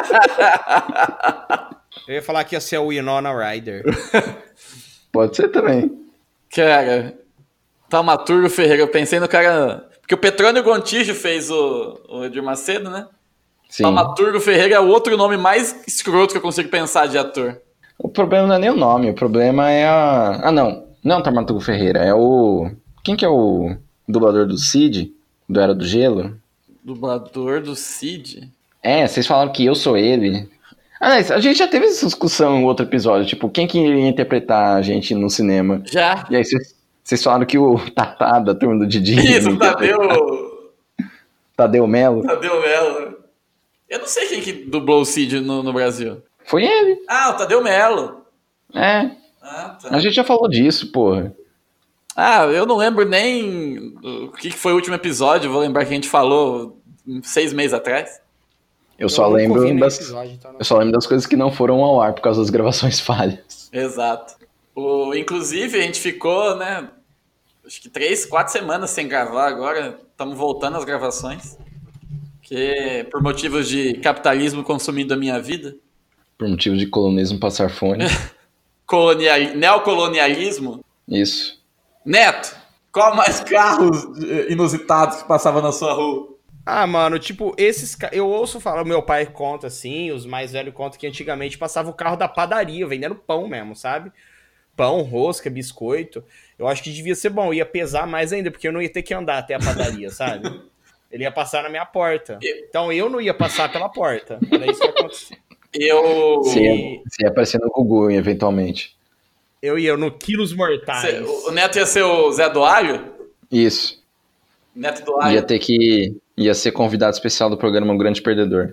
Eu ia falar que ia ser o Winona Ryder. Pode ser também. Cara, Taumaturgo Ferreira, eu pensei no cara... Porque o Petrônio Gontijo fez o, o Edir Macedo, né? Sim. Taumaturgo Ferreira é o outro nome mais escroto que eu consigo pensar de ator. O problema não é nem o nome, o problema é a... Ah, não. Não é o Taumaturgo Ferreira, é o... Quem que é o dublador do Cid? Do Era do Gelo? Dublador do Cid? É, vocês falaram que eu sou ele. Ah, a gente já teve essa discussão em outro episódio, tipo, quem que iria interpretar a gente no cinema? Já. E aí vocês, vocês falaram que o Tatá, da turma do Didi... ia Isso, interpretar. Tadeu... Tadeu Melo? Tadeu Melo. Eu não sei quem que dublou o Cid no, no Brasil. Foi ele. Ah, o Tadeu Melo. É, Ah, tá. a gente já falou disso, porra. Ah, eu não lembro nem o que que foi o último episódio, vou lembrar que a gente falou seis meses atrás. Eu só nunca ouvi lembro nenhum das... episódio, então não- Eu só lembro das coisas que não foram ao ar por causa das gravações falhas. Exato. O, inclusive, a gente ficou, né, acho que três, quatro semanas sem gravar agora. Estamos voltando às gravações. Que por motivos de capitalismo consumindo a minha vida. Por motivo de colonismo passar fone. Colonial, neocolonialismo. Isso. Neto, qual mais carros eh, inusitados que passavam na sua rua? Ah, mano, tipo, esses... ca- Eu ouço falar, meu pai conta assim, os mais velhos contam que antigamente passava o carro da padaria, vendendo pão mesmo, sabe? Pão, rosca, biscoito. Eu acho que devia ser bom, ia pesar mais ainda, porque eu não ia ter que andar até a padaria, sabe? Ele ia passar na minha porta. Então eu não ia passar pela porta. Era isso que acontecia. Eu. Se ia, se ia aparecer no Google, eventualmente. Eu ia no Quilos Mortais. Cê- o Neto ia ser o Zé do Alho? Isso. Neto do Alho. Ia ter que... Ia ser convidado especial do programa O Grande Perdedor.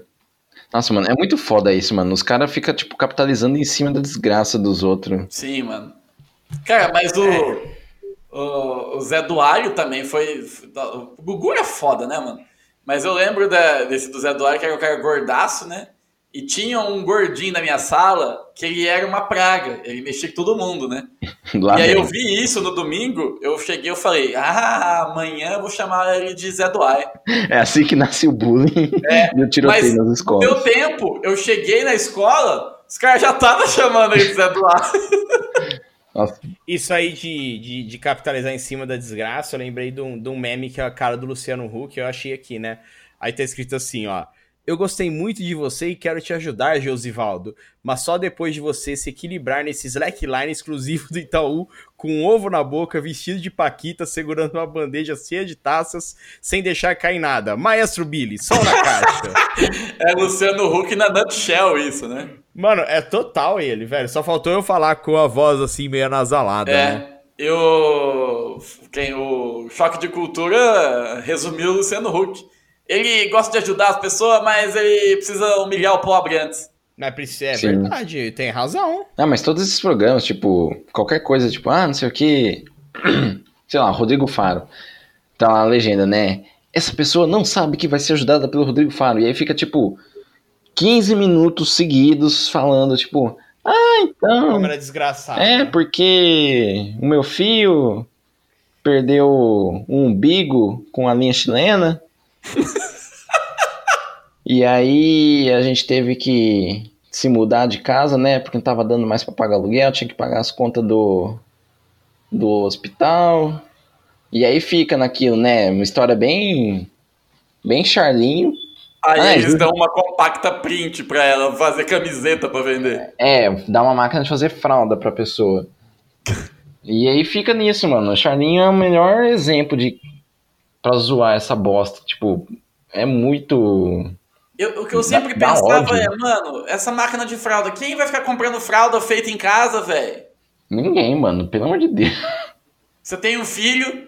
Nossa, mano, é muito foda isso, mano. Os caras ficam, tipo, capitalizando em cima da desgraça dos outros. Sim, mano. Cara, mas o, o, o Zé do Alho também foi... O Gugu é foda, né, mano? Mas eu lembro da, desse do Zé do Alho, que era o cara gordaço, né? E tinha um gordinho na minha sala que ele era uma praga. Ele mexia com todo mundo, né? Lá e aí dentro. eu vi isso no domingo, eu cheguei e falei, ah, amanhã eu vou chamar ele de Zé do Alho. É assim que nasce o bullying É, e o tiroteio mas nas no escolas. meu tempo, eu cheguei na escola, os caras já estavam chamando ele de Zé do Alho. Nossa, Isso aí de, de, de capitalizar em cima da desgraça, eu lembrei de um, de um meme que é a cara do Luciano Huck, eu achei aqui, né? Aí tá escrito assim, ó. Eu gostei muito de você e quero te ajudar, Josivaldo, mas só depois de você se equilibrar nesse slackline exclusivo do Itaú, com um ovo na boca, vestido de paquita, segurando uma bandeja cheia de taças, sem deixar cair nada. Maestro Billy, sol na caixa. É Luciano Huck na nutshell isso, né? Mano, é total ele, velho. Só faltou eu falar com a voz assim, meio anasalada, né? É, eu... Quem, o Choque de Cultura resumiu o Luciano Huck. Ele gosta de ajudar as pessoas, mas ele precisa humilhar o pobre antes. Mas é Sim. verdade, tem razão. Ah, mas todos esses programas, tipo, qualquer coisa, tipo, ah, não sei o que, sei lá, Rodrigo Faro, tá lá a legenda, né? Essa pessoa não sabe que vai ser ajudada pelo Rodrigo Faro. E aí fica, tipo, quinze minutos seguidos falando, tipo, ah, então... Como era desgraçado. É, né? porque o meu filho perdeu um umbigo com a linha chilena. E aí a gente teve que se mudar de casa, né? Porque não tava dando mais pra pagar aluguel, tinha que pagar as contas do, do hospital. E aí fica naquilo, né? Uma história bem, bem Charlinho. Aí Ah, eles juro. dão uma compacta print pra ela fazer camiseta pra vender. É, dá uma máquina de fazer fralda pra pessoa. E aí fica nisso, mano. O Charlinho é o melhor exemplo de pra zoar essa bosta. Tipo, é muito... Eu, o que eu sempre Dá- dá pensava ódio. é, mano, essa máquina de fralda, quem vai ficar comprando fralda feita em casa, velho? Ninguém, mano. Pelo amor de Deus. Você tem um filho,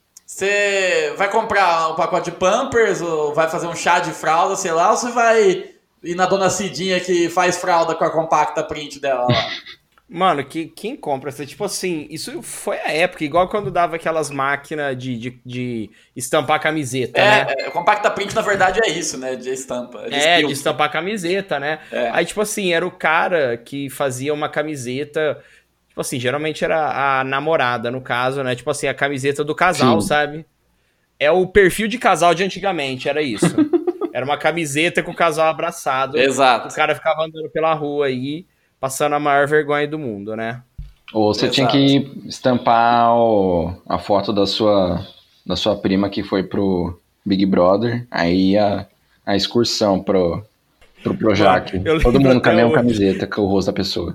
você vai comprar um pacote de Pampers, ou vai fazer um chá de fralda, sei lá, ou você vai ir na dona Cidinha que faz fralda com a compacta print dela lá? Mano, que, quem compra essa? Tipo assim, isso foi a época, igual quando dava aquelas máquinas de, de, de estampar camiseta, né? É, é, compacta print na verdade é isso, né, de estampa. É, espilho. de estampar camiseta, né? É. Aí, tipo assim, era o cara que fazia uma camiseta. Tipo assim, geralmente era a namorada, no caso, né? Tipo assim, a camiseta do casal, Sim. sabe? É o perfil de casal de antigamente, era isso. Era uma camiseta com o casal abraçado. Exato. O cara ficava andando pela rua aí, passando a maior vergonha do mundo, né? Ou você Exato. tinha que estampar o- a foto da sua, da sua prima que foi pro Big Brother, aí a, a excursão pro, pro Projac. Mano, eu Todo lembro mundo com a até mesma hoje. camiseta com o rosto da pessoa.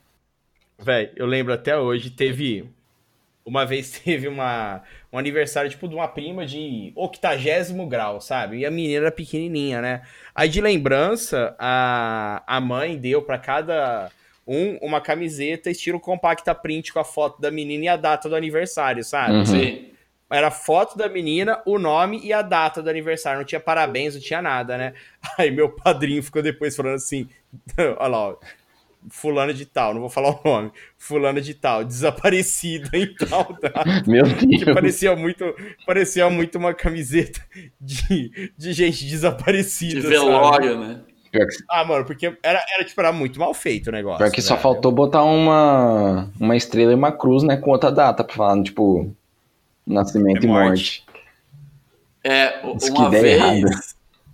Véi, eu lembro até hoje, teve... Uma vez teve uma, um aniversário, tipo, de uma prima de octagésimo grau, sabe? E a menina era pequenininha, né? Aí, de lembrança, a, a mãe deu pra cada um uma camiseta estilo compacta print com a foto da menina e a data do aniversário, sabe? Uhum. Sim. Era a foto da menina, o nome e a data do aniversário. Não tinha parabéns, não tinha nada, né? Aí meu padrinho ficou depois falando assim... Olha lá, ó. Fulano de tal, não vou falar o nome. Fulano de tal, desaparecido em tal data. Meu Que Deus. parecia muito, parecia muito uma camiseta de, de gente desaparecida. De sabe? velório, né? Pior que, Ah, mano, porque era, era, tipo, era muito mal feito o negócio. pior que só velho. faltou botar uma, uma estrela e uma cruz, né, com outra data, pra falar, tipo, nascimento É e morte. morte. É, u- Isso que uma ideia vez, errada.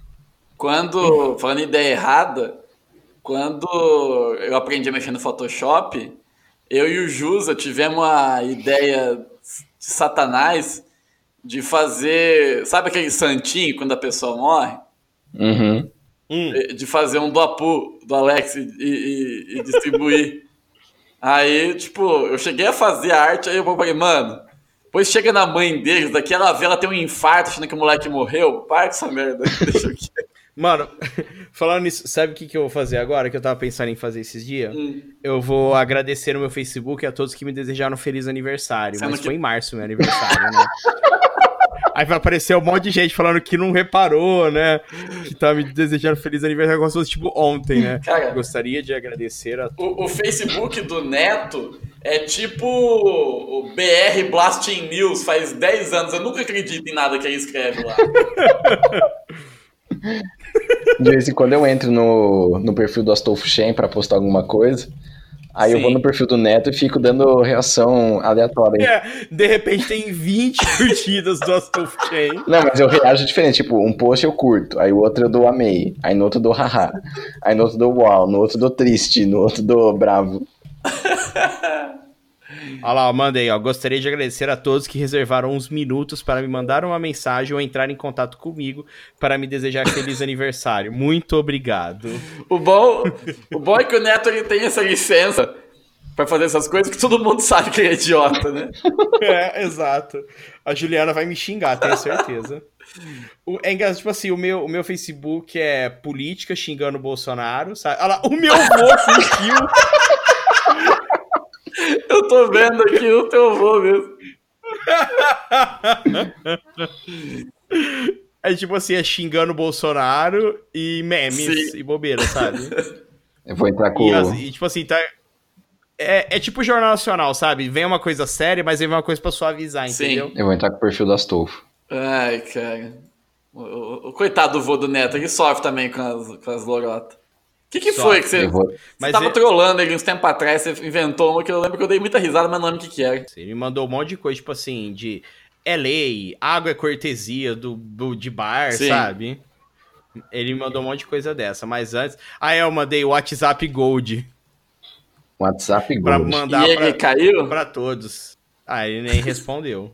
quando, falando em ideia errada, quando eu aprendi a mexer no Photoshop, eu e o Jusa tivemos a ideia de satanás de fazer, sabe aquele santinho quando a pessoa morre? Uhum. Hum, De fazer um do Apu, do Alex e, e- e distribuir. Aí, tipo, eu cheguei a fazer a arte, aí eu falei, mano, depois chega na mãe deles, daqui ela vê, ela tem um infarto achando que o moleque morreu. Para com essa merda, deixa eu aqui. Mano, falando nisso, sabe o que, que eu vou fazer agora? Que eu tava pensando em fazer esses dias? Hum. Eu vou agradecer no meu Facebook a todos que me desejaram um feliz aniversário. Sendo Mas que- foi em março meu aniversário, né? Aí vai aparecer um monte de gente falando que não reparou, né? Que tá me desejando feliz aniversário, como se fosse tipo ontem, né? Cara, Gostaria de agradecer a... O, o Facebook do Neto é tipo o B R Blasting News faz dez anos. Eu nunca acredito em nada que ele escreve lá. De vez em quando eu entro no, no perfil do Astolfo Shen pra postar alguma coisa. Aí Sim. eu vou no perfil do Neto e fico dando reação aleatória. É, de repente tem vinte curtidas do Astolfo Chain. Não, mas eu reajo diferente. Tipo, um post eu curto, aí o outro eu dou amei, aí no outro eu dou haha, aí no outro eu dou uau, no outro eu dou triste, no outro eu dou bravo. Olha lá, mandei, ó. Gostaria de agradecer a todos que reservaram uns minutos para me mandar uma mensagem ou entrar em contato comigo para me desejar feliz aniversário. Muito obrigado. O bom, o bom é que o Neto ele tem essa licença pra fazer essas coisas que todo mundo sabe que ele é idiota, né? É, exato. A Juliana vai me xingar, tenho certeza. O, é engraçado, tipo assim, o meu, o meu Facebook é política xingando o Bolsonaro, sabe? Olha lá, o meu avô curtiu. Eu tô vendo aqui o teu avô mesmo. É tipo assim, é xingando o Bolsonaro e memes Sim. e bobeira, sabe? Eu vou entrar com... E, as- e, tipo assim, tá... É, é tipo Jornal Nacional, sabe? Vem uma coisa séria, mas vem uma coisa pra suavizar, Sim. entendeu? Eu vou entrar com o perfil do Astolfo. Ai, cara. O, o- o coitado do vô do Neto, ele sofre também com as, com as lorotas. O que, que Sofre. foi que você... Eu vou... Você Mas tava é- trolando ele uns tempos atrás, você inventou uma que eu lembro que eu dei muita risada, mas não lembro o que que era. Ele me mandou um monte de coisa, tipo assim, de... É lei, água é cortesia do, do, de bar, Sim. sabe? Ele me mandou um monte de coisa dessa, mas antes... Aí eu mandei o WhatsApp Gold WhatsApp pra Gold. mandar E ele pra, caiu? pra todos. Ah, ele nem respondeu.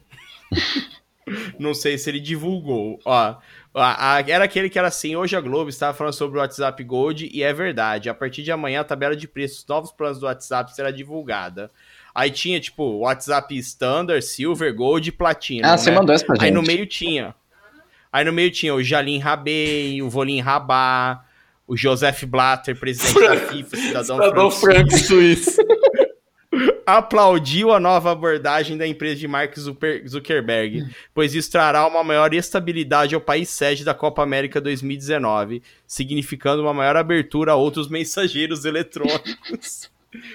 Não sei se ele divulgou. Ó, a- a- era aquele que era assim, hoje a Globo estava falando sobre o WhatsApp Gold e é verdade. A partir de amanhã a tabela de preços, novos planos do WhatsApp será divulgada. Aí tinha, tipo, WhatsApp Standard, Silver, Gold e Platinum, Ah, você né? mandou essa pra gente. Aí no meio tinha. Aí no meio tinha o Jalim Rabei, o Volim Rabá, o Joseph Blatter, presidente da FIFA, cidadão, Cidadão franco- Franco Suíço. aplaudiu a nova abordagem da empresa de Mark Zucker- Zuckerberg, pois isso trará uma maior estabilidade ao país sede da Copa América dois mil e dezenove, significando uma maior abertura a outros mensageiros eletrônicos.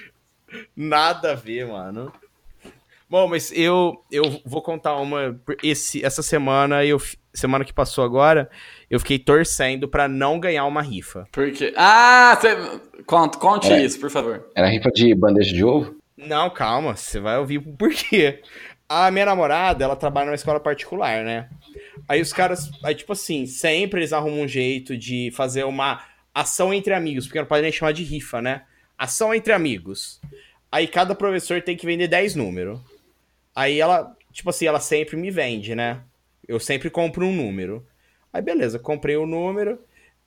Nada a ver, mano. Bom, mas eu, eu vou contar uma. Esse, essa semana, eu, semana que passou agora, eu fiquei torcendo pra não ganhar uma rifa. Por quê? Ah, você... Conte, conte É. isso, por favor. Era rifa de bandeja de ovo? Não, calma, você vai ouvir o porquê. A minha namorada, ela trabalha numa escola particular, né? Aí os caras, aí tipo assim, sempre eles arrumam um jeito de fazer uma ação entre amigos, porque não pode nem chamar de rifa, né? Ação entre amigos. Aí cada professor tem que vender dez números. Aí ela, tipo assim, ela sempre me vende, né? Eu sempre compro um número. Aí beleza, comprei o número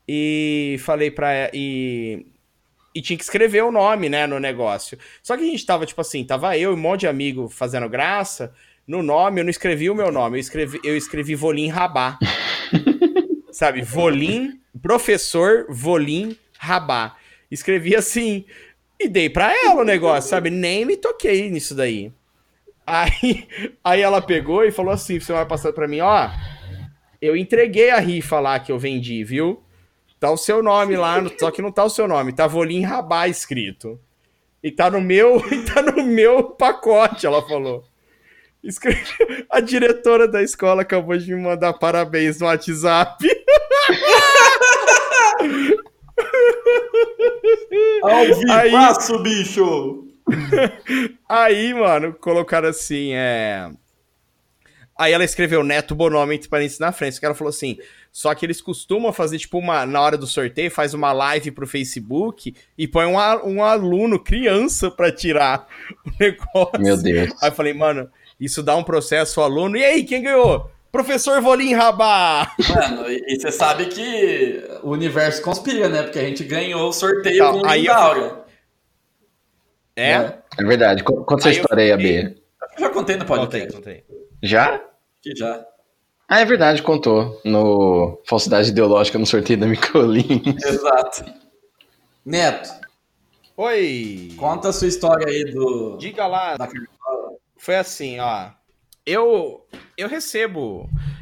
e falei pra ela, e... E tinha que escrever o nome, né, no negócio. Só que a gente tava, tipo assim, tava eu e um monte de amigo fazendo graça. No nome, eu não escrevi o meu nome, eu escrevi, eu escrevi Volim Rabá. Sabe? Volim, professor Volim Rabá. Escrevi assim, e dei pra ela o negócio, sabe? Nem me toquei nisso daí. Aí, aí ela pegou e falou assim, você vai passar pra mim, ó, eu entreguei a rifa lá que eu vendi, viu? Tá o seu nome lá, no- só que não tá o seu nome, tá Volim Rabá escrito. E tá no meu, e tá no meu pacote, ela falou. Escreve... A diretora da escola acabou de me mandar parabéns no WhatsApp. Aí- Passo, bicho! Aí, mano, colocaram assim, é... Aí ela escreveu Neto Bonomi entre parênteses na frente. O cara falou assim, só que eles costumam fazer, tipo, uma, na hora do sorteio, faz uma live pro Facebook e põe um, a- um aluno, criança, pra tirar o negócio. Meu Deus. Aí eu falei, mano, isso dá um processo ao aluno. E aí, quem ganhou? Professor Volim Rabá! Mano, e e você sabe que o universo conspira, né? Porque a gente ganhou o sorteio Então, com o aí eu- Lindaura. É? É verdade. Co- Conta essa Aí eu história aí, A fiquei- B. Eu já contei no Contei, podcast. contei. Já? Que já. Ah, é verdade, contou. No Falsidade Ideológica no sorteio da Microlins. Exato. Neto, Oi! conta a sua história aí do... Diga lá. da cartola. Foi assim, ó. Eu, eu recebo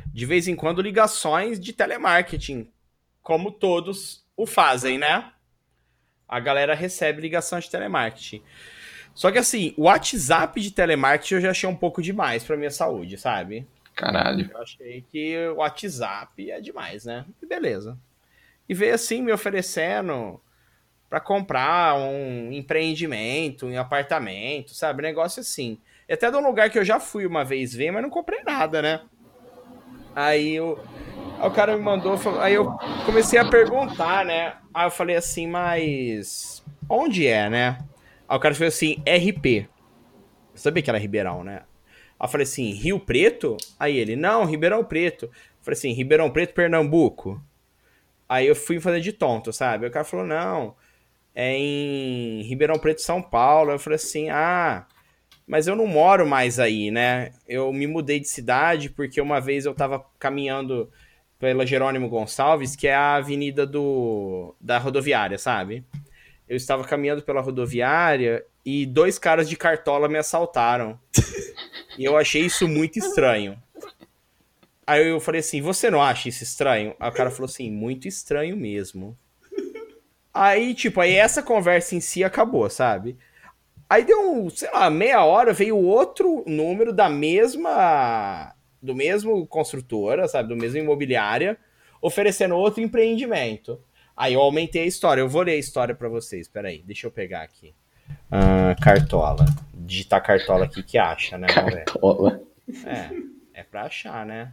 de vez em quando, ligações de telemarketing, como todos o fazem, né? A galera recebe ligação de telemarketing. Só que assim, o WhatsApp de telemarketing eu já achei um pouco demais pra minha saúde, sabe? Caralho. Eu achei que o WhatsApp é demais, né? E beleza. E veio assim me oferecendo pra comprar um empreendimento, um apartamento, sabe? Negócio assim. E até de um lugar que eu já fui uma vez ver, mas não comprei nada, né? Aí, eu, aí o cara me mandou, aí eu comecei a perguntar, né? Aí eu falei assim, mas onde é, né? Aí o cara falou assim, R P. Eu sabia que era Ribeirão, né? Aí eu falei assim, Rio Preto? Aí ele, não, Ribeirão Preto. Eu falei assim, Ribeirão Preto, Pernambuco. Aí eu fui fazer de tonto, sabe? Aí o cara falou, não, é em Ribeirão Preto, São Paulo. Aí eu falei assim, ah... Mas eu não moro mais aí, né? Eu me mudei de cidade porque uma vez eu tava caminhando pela Jerônimo Gonçalves, que é a avenida do, da rodoviária, sabe? Eu estava caminhando pela rodoviária e dois caras de cartola me assaltaram. E eu achei isso muito estranho. Aí eu falei assim, você não acha isso estranho? Aí o cara falou assim, muito estranho mesmo. Aí, tipo, aí essa conversa em si acabou, sabe? Aí deu, sei lá, meia hora, veio outro número da mesma, do mesmo construtora, sabe, do mesmo imobiliária, oferecendo outro empreendimento. Aí eu aumentei a história, eu vou ler a história pra vocês, peraí, deixa eu pegar aqui. Ah, cartola, digitar cartola aqui que acha, né? Cartola. É, é pra achar, né?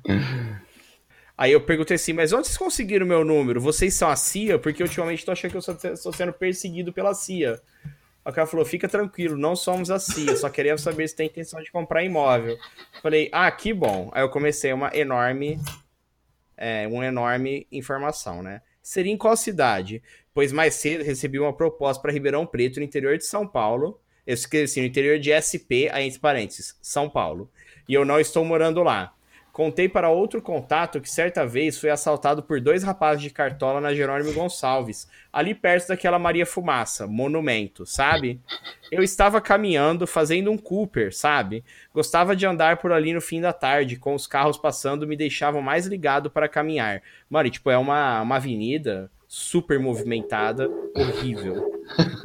Aí eu perguntei assim, mas onde vocês conseguiram o meu número? Vocês são a C I A? Porque ultimamente tô achando que eu estou sendo perseguido pela C I A. O cara falou, fica tranquilo, não somos a C I A, só queríamos saber se tem intenção de comprar imóvel. Falei, ah, que bom. Aí eu comecei uma enorme, é, uma enorme informação, né? Seria em qual cidade? Pois mais cedo recebi uma proposta para Ribeirão Preto, no interior de São Paulo. Eu escrevi assim, no interior de S P, aí entre parênteses, São Paulo. E eu não estou morando lá. Contei para outro contato que certa vez foi assaltado por dois rapazes de cartola na Jerônimo Gonçalves, ali perto daquela Maria Fumaça, monumento, sabe? Eu estava caminhando, fazendo um Cooper, sabe? Gostava de andar por ali no fim da tarde, com os carros passando, me deixavam mais ligado para caminhar. Mano, e, tipo, é uma, uma avenida super movimentada, horrível.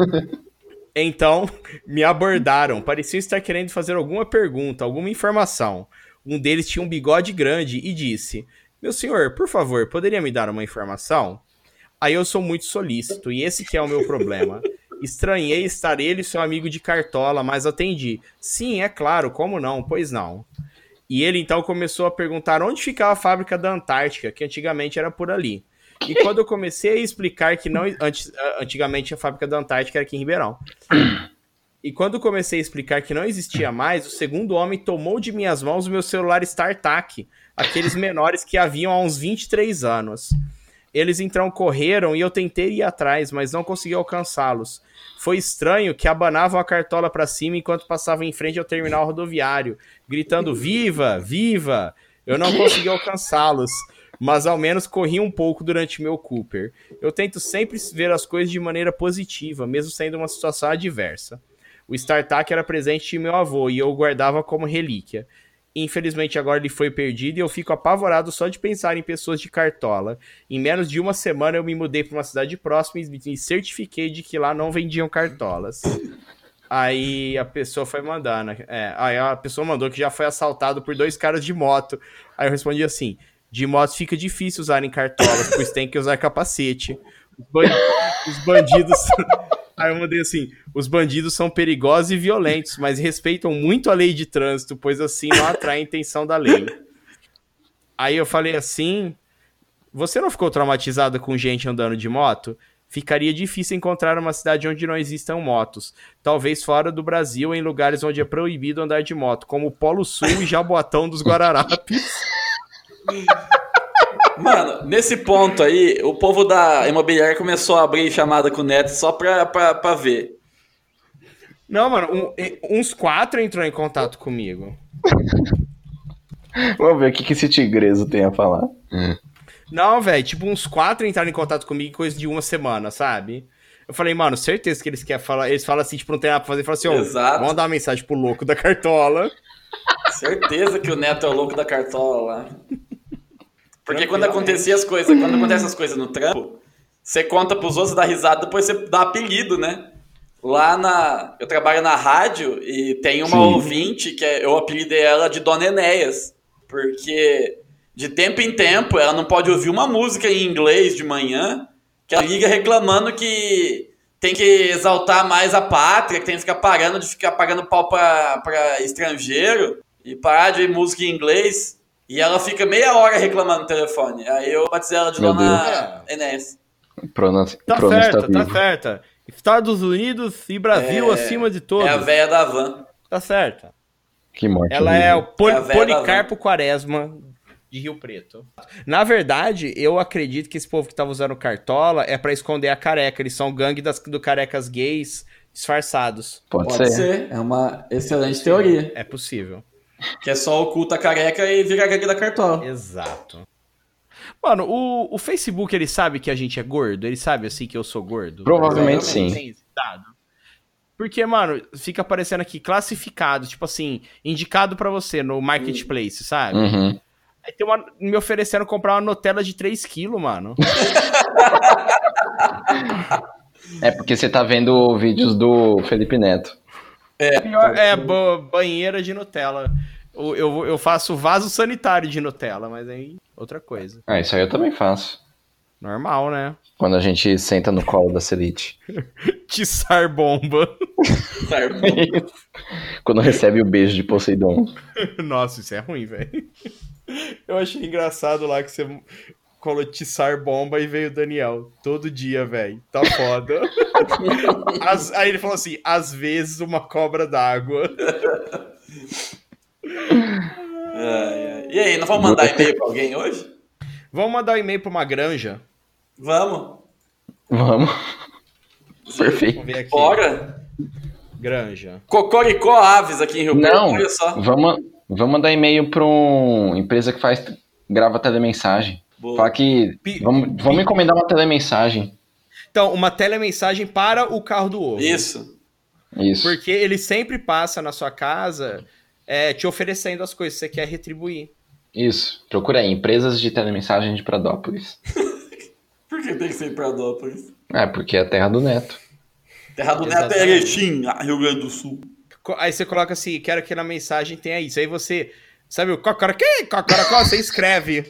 Então, me abordaram, pareciam estar querendo fazer alguma pergunta, alguma informação. Um deles tinha um bigode grande e disse, meu senhor, por favor, poderia me dar uma informação? Aí eu sou muito solícito, e esse que é o meu problema. Estranhei estar ele e seu amigo de cartola, mas atendi. Sim, é claro, como não? Pois não. E ele então começou a perguntar onde ficava a fábrica da Antártica, que antigamente era por ali. E quando eu comecei a explicar que não... Antigamente a fábrica da Antártica era aqui em Ribeirão. E quando comecei a explicar que não existia mais, o segundo homem tomou de minhas mãos o meu celular StarTAC, aqueles menores que haviam há uns vinte e três anos. Eles então correram e eu tentei ir atrás, mas não consegui alcançá-los. Foi estranho que abanavam a cartola para cima enquanto passavam em frente ao terminal rodoviário, gritando viva, viva! Eu não consegui alcançá-los, mas ao menos corri um pouco durante meu Cooper. Eu tento sempre ver as coisas de maneira positiva, mesmo sendo uma situação adversa. O StarTAC era presente de meu avô e eu o guardava como relíquia. Infelizmente agora ele foi perdido e eu fico apavorado só de pensar em pessoas de cartola. Em menos de uma semana eu me mudei para uma cidade próxima e me certifiquei de que lá não vendiam cartolas. Aí a pessoa foi mandando. É, aí a pessoa mandou que já foi assaltado por dois caras de moto. Aí eu respondi assim, de moto fica difícil usarem cartolas, pois tem que usar capacete. Os, ban- os bandidos... Aí eu mandei assim, os bandidos são perigosos e violentos, mas respeitam muito a lei de trânsito, pois assim não atrai a intenção da lei. Aí eu falei assim, você não ficou traumatizada com gente andando de moto? Ficaria difícil encontrar uma cidade onde não existam motos. Talvez fora do Brasil, em lugares onde é proibido andar de moto, como o Polo Sul e Jaboatão dos Guararapes. Mano, nesse ponto aí, o povo da imobiliária começou a abrir chamada com o Neto só pra, pra, pra ver. Não, mano, um, uns quatro entrou em contato comigo. Vamos ver o que, que esse tigreso tem a falar. Hum. Não, velho, tipo, uns quatro entraram em contato comigo em coisa de uma semana, sabe? Eu falei, mano, certeza que eles querem falar. Eles falam assim, tipo, não tem nada pra fazer. Falam assim, ó, Exato. Vamos dar uma mensagem pro louco da cartola. Certeza que o Neto é o louco da cartola lá. Porque quando acontecia as coisas, quando acontecem as coisas no trampo, você conta pros outros, dá risada, depois você dá apelido, né? Lá na... Eu trabalho na rádio e tem uma Sim. ouvinte que é, eu apelidei ela de Dona Enéas. Porque de tempo em tempo ela não pode ouvir uma música em inglês de manhã, que ela liga reclamando que tem que exaltar mais a pátria, que tem que ficar parando de ficar pagando pau pra, pra estrangeiro e parar de ouvir música em inglês. E ela fica meia hora reclamando no telefone. Aí eu batizei ela de Meu Dona Enéas. Pronúncia, Tá pronúncia certa, tá vivo. certa. Estados Unidos e Brasil É- acima de todos. É a véia da van. Tá certa. Que morte. Ela é o horrível. Pol- É a véia da Policarpo Quaresma de Rio Preto. Na verdade, eu acredito que esse povo que tava usando cartola é pra esconder a careca. Eles são gangue das, do carecas gays disfarçados. Pode, Pode ser. ser. É uma excelente teoria. É possível. Que é só oculta a careca e vira a gangue da cartola. Exato. Mano, o, o Facebook, ele sabe que a gente é gordo? Ele sabe, assim, que eu sou gordo? Provavelmente Tem sim. esse dado? Porque, mano, fica aparecendo aqui, classificado, tipo assim, indicado pra você no Marketplace, sabe? Uhum. Aí tem uma me oferecendo comprar uma Nutella de três quilos, mano. É porque você tá vendo vídeos do Felipe Neto. Pior, é, ba- banheira de Nutella. Eu, eu, eu faço vaso sanitário de Nutella, mas aí, outra coisa. Ah, isso aí eu também faço. Normal, né? Quando a gente senta no colo da Celite. Tiçar bomba. Sabe? Quando recebe o beijo de Poseidon. Nossa, isso é ruim, velho. Eu achei engraçado lá que você colou tiçar bomba e veio o Daniel. Todo dia, velho. Tá foda. As- aí ele falou assim, às vezes uma cobra d'água. Ai, ai. E aí, nós vamos mandar e-mail pra alguém hoje? Vamos mandar um e-mail pra uma granja? Vamos. Vamos. Perfeito. Vamos ver aqui. Bora. Granja. Cocoricó Aves aqui em Rio Preto. Não, Olha só. vamos, vamos mandar e-mail pra uma empresa que faz, grava telemensagem. Boa. Fala que Pi- vamos, vamos encomendar uma telemensagem. Então, uma telemensagem para o carro do ovo. Isso. Isso. Porque ele sempre passa na sua casa é, te oferecendo as coisas que você quer retribuir. Isso. Procura aí, empresas de telemensagem de Pradópolis. Por que tem que ser em Pradópolis? É, porque é a terra do Neto. Terra do Neto é Exatamente. Erechim, ah, Rio Grande do Sul. Co- Aí você coloca assim, quero que na mensagem tenha isso. Aí você, sabe o cocoroquê, cocorocó, você escreve.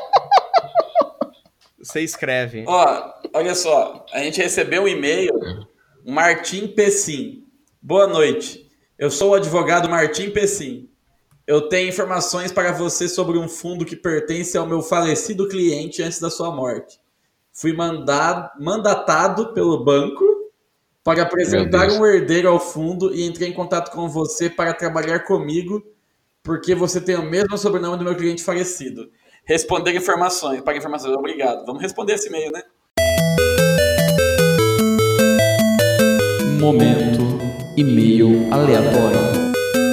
Você escreve. Ó, olha só. A gente recebeu um e-mail. Martim Pessim. Boa noite. Eu sou o advogado Martim Pessim. Eu tenho informações para você sobre um fundo que pertence ao meu falecido cliente antes da sua morte. Fui mandado, mandatado pelo banco para apresentar Deus. um herdeiro ao fundo e entrei em contato com você para trabalhar comigo porque você tem o mesmo sobrenome do meu cliente falecido. Responder informações. Para informações. Obrigado. Vamos responder esse e-mail, né? Momento e-mail aleatório.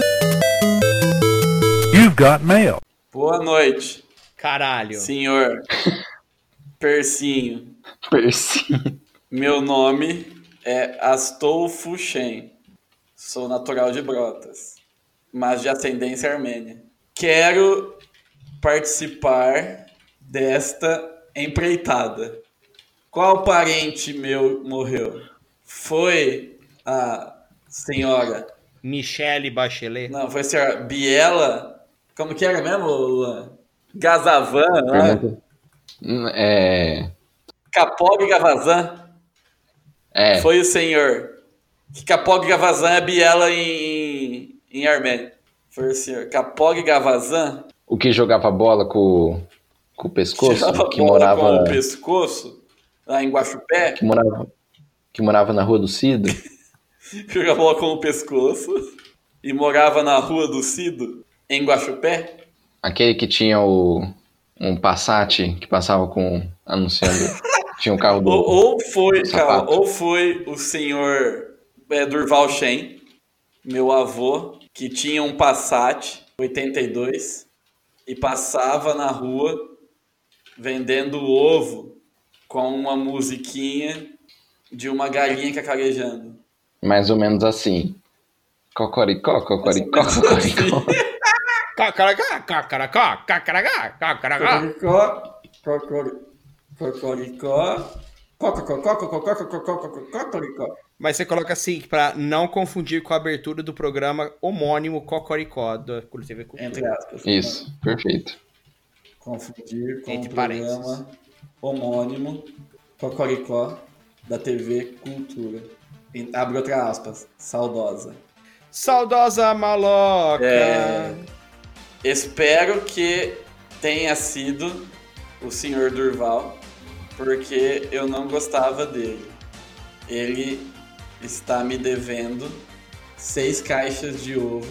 You've got mail. Boa noite, Caralho. senhor Percinho. Percy. Meu nome é Astolfo Shen. Sou natural de Brotas, mas de ascendência armênia. Quero participar desta empreitada. Qual parente meu morreu? Foi a senhora... Michele Bachelet. Não, foi a senhora Biela... Como que era mesmo, Luan? Gazavan, né? Pergunta. Hum, É. Capog Gavazan. É. Foi o senhor. Que Capog Gavazan é Biela em, em armênio. Foi o senhor. Capog Gavazan. O que jogava bola com, com o pescoço, tirava que bola morava, com o pescoço, lá em Guaxupé. que morava, que morava na Rua do Cido. Jogava bola com o pescoço. E morava na Rua do Cido, em Guaxupé. Aquele que tinha o, um Passat que passava com anunciando. Tinha um carro do. Ou, ou foi, Sapato. calma, ou foi o senhor é, Durval Shen, meu avô, que tinha um Passat oitenta e dois e passava na rua vendendo ovo com uma musiquinha de uma galinha cacarejando. Mais ou menos assim. Cocoricó, cocoricó, Mais ou menos cocoricó. Cacaracá, cacaracá, cacaracá, cacaracá. Cocoricó, cocori- cocoricó, cococó, cococó, cococó, cocoricó. Mas você coloca assim, pra não confundir com a abertura do programa homônimo Cocoricó, da T V Cultura. Entre aspas. Isso, perfeito. Confundir com Entre o parênteses. programa homônimo Cocoricó da T V Cultura. Em- Abre outra aspas. Saudosa. Saudosa maloca. É. Espero que tenha sido o senhor Durval, porque eu não gostava dele. Ele está me devendo seis caixas de ovo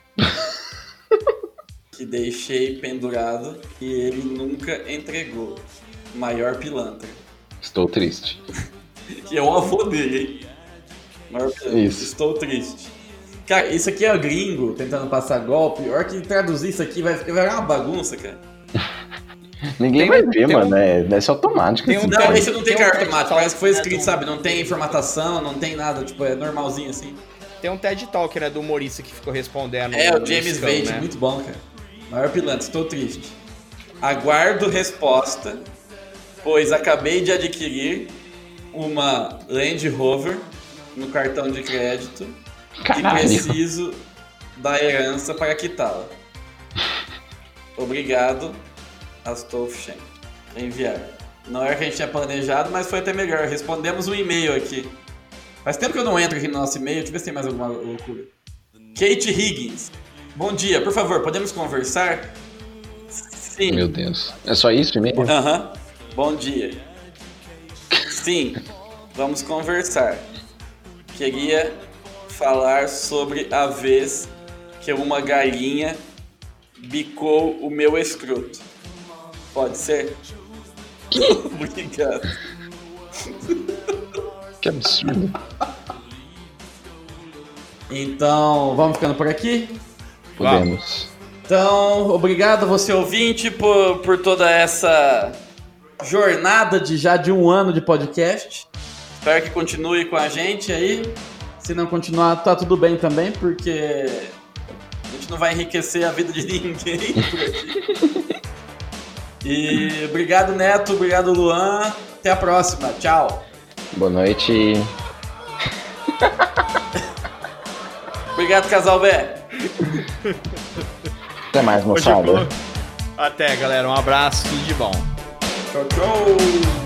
que deixei pendurado e ele nunca entregou. Maior pilantra. Estou triste. Que é o avô dele, hein? Maior pilantra. Isso. Estou triste. Cara, isso aqui é o gringo tentando passar golpe. A hora que traduzir isso aqui vai vai virar uma bagunça, cara. Ninguém Tem vai um- ver, tem mano. É, deve ser automático. tem um esse Não, cara. esse não tem Tem um carta TED automática. Talk, Parece que foi né, escrito, do- sabe? Não tem formatação, não tem nada. Tipo, é normalzinho assim. Tem um TED Talk, né, do humorista que ficou respondendo. É, o no James Scam, Vade, né? Muito bom, cara. Maior pilantra, estou triste. Aguardo resposta, pois acabei de adquirir uma Land Rover no cartão de crédito Caralho. e preciso da herança para quitá-la. Obrigado, Astolfo Schenk. Enviar. Não era o que a gente tinha planejado, mas foi até melhor. Respondemos um e-mail aqui. Faz tempo que eu não entro aqui no nosso e-mail. Deixa eu ver se tem mais alguma loucura. Kate Higgins. Bom dia, por favor, podemos conversar? Sim. Meu Deus. É só isso mesmo? Aham. Bom dia. Sim, vamos conversar. Queria falar sobre a vez que uma galinha bicou o meu escroto. Pode ser? Obrigado. Que absurdo. Então, vamos ficando por aqui? Podemos. Então, obrigado você Ouvinte, por, por toda essa. jornada de já de um ano de podcast. Espero que continue com a gente aí. Se não continuar, tá tudo bem também, porque A gente não vai enriquecer a vida de ninguém por aqui. E obrigado, Neto. Obrigado, Luan. Até a próxima. Tchau. Boa noite. Obrigado, Casal Bé. Até mais, Hoje moçada. eu vou- Até, galera. Um abraço. Tudo de bom. Tchau, tchau.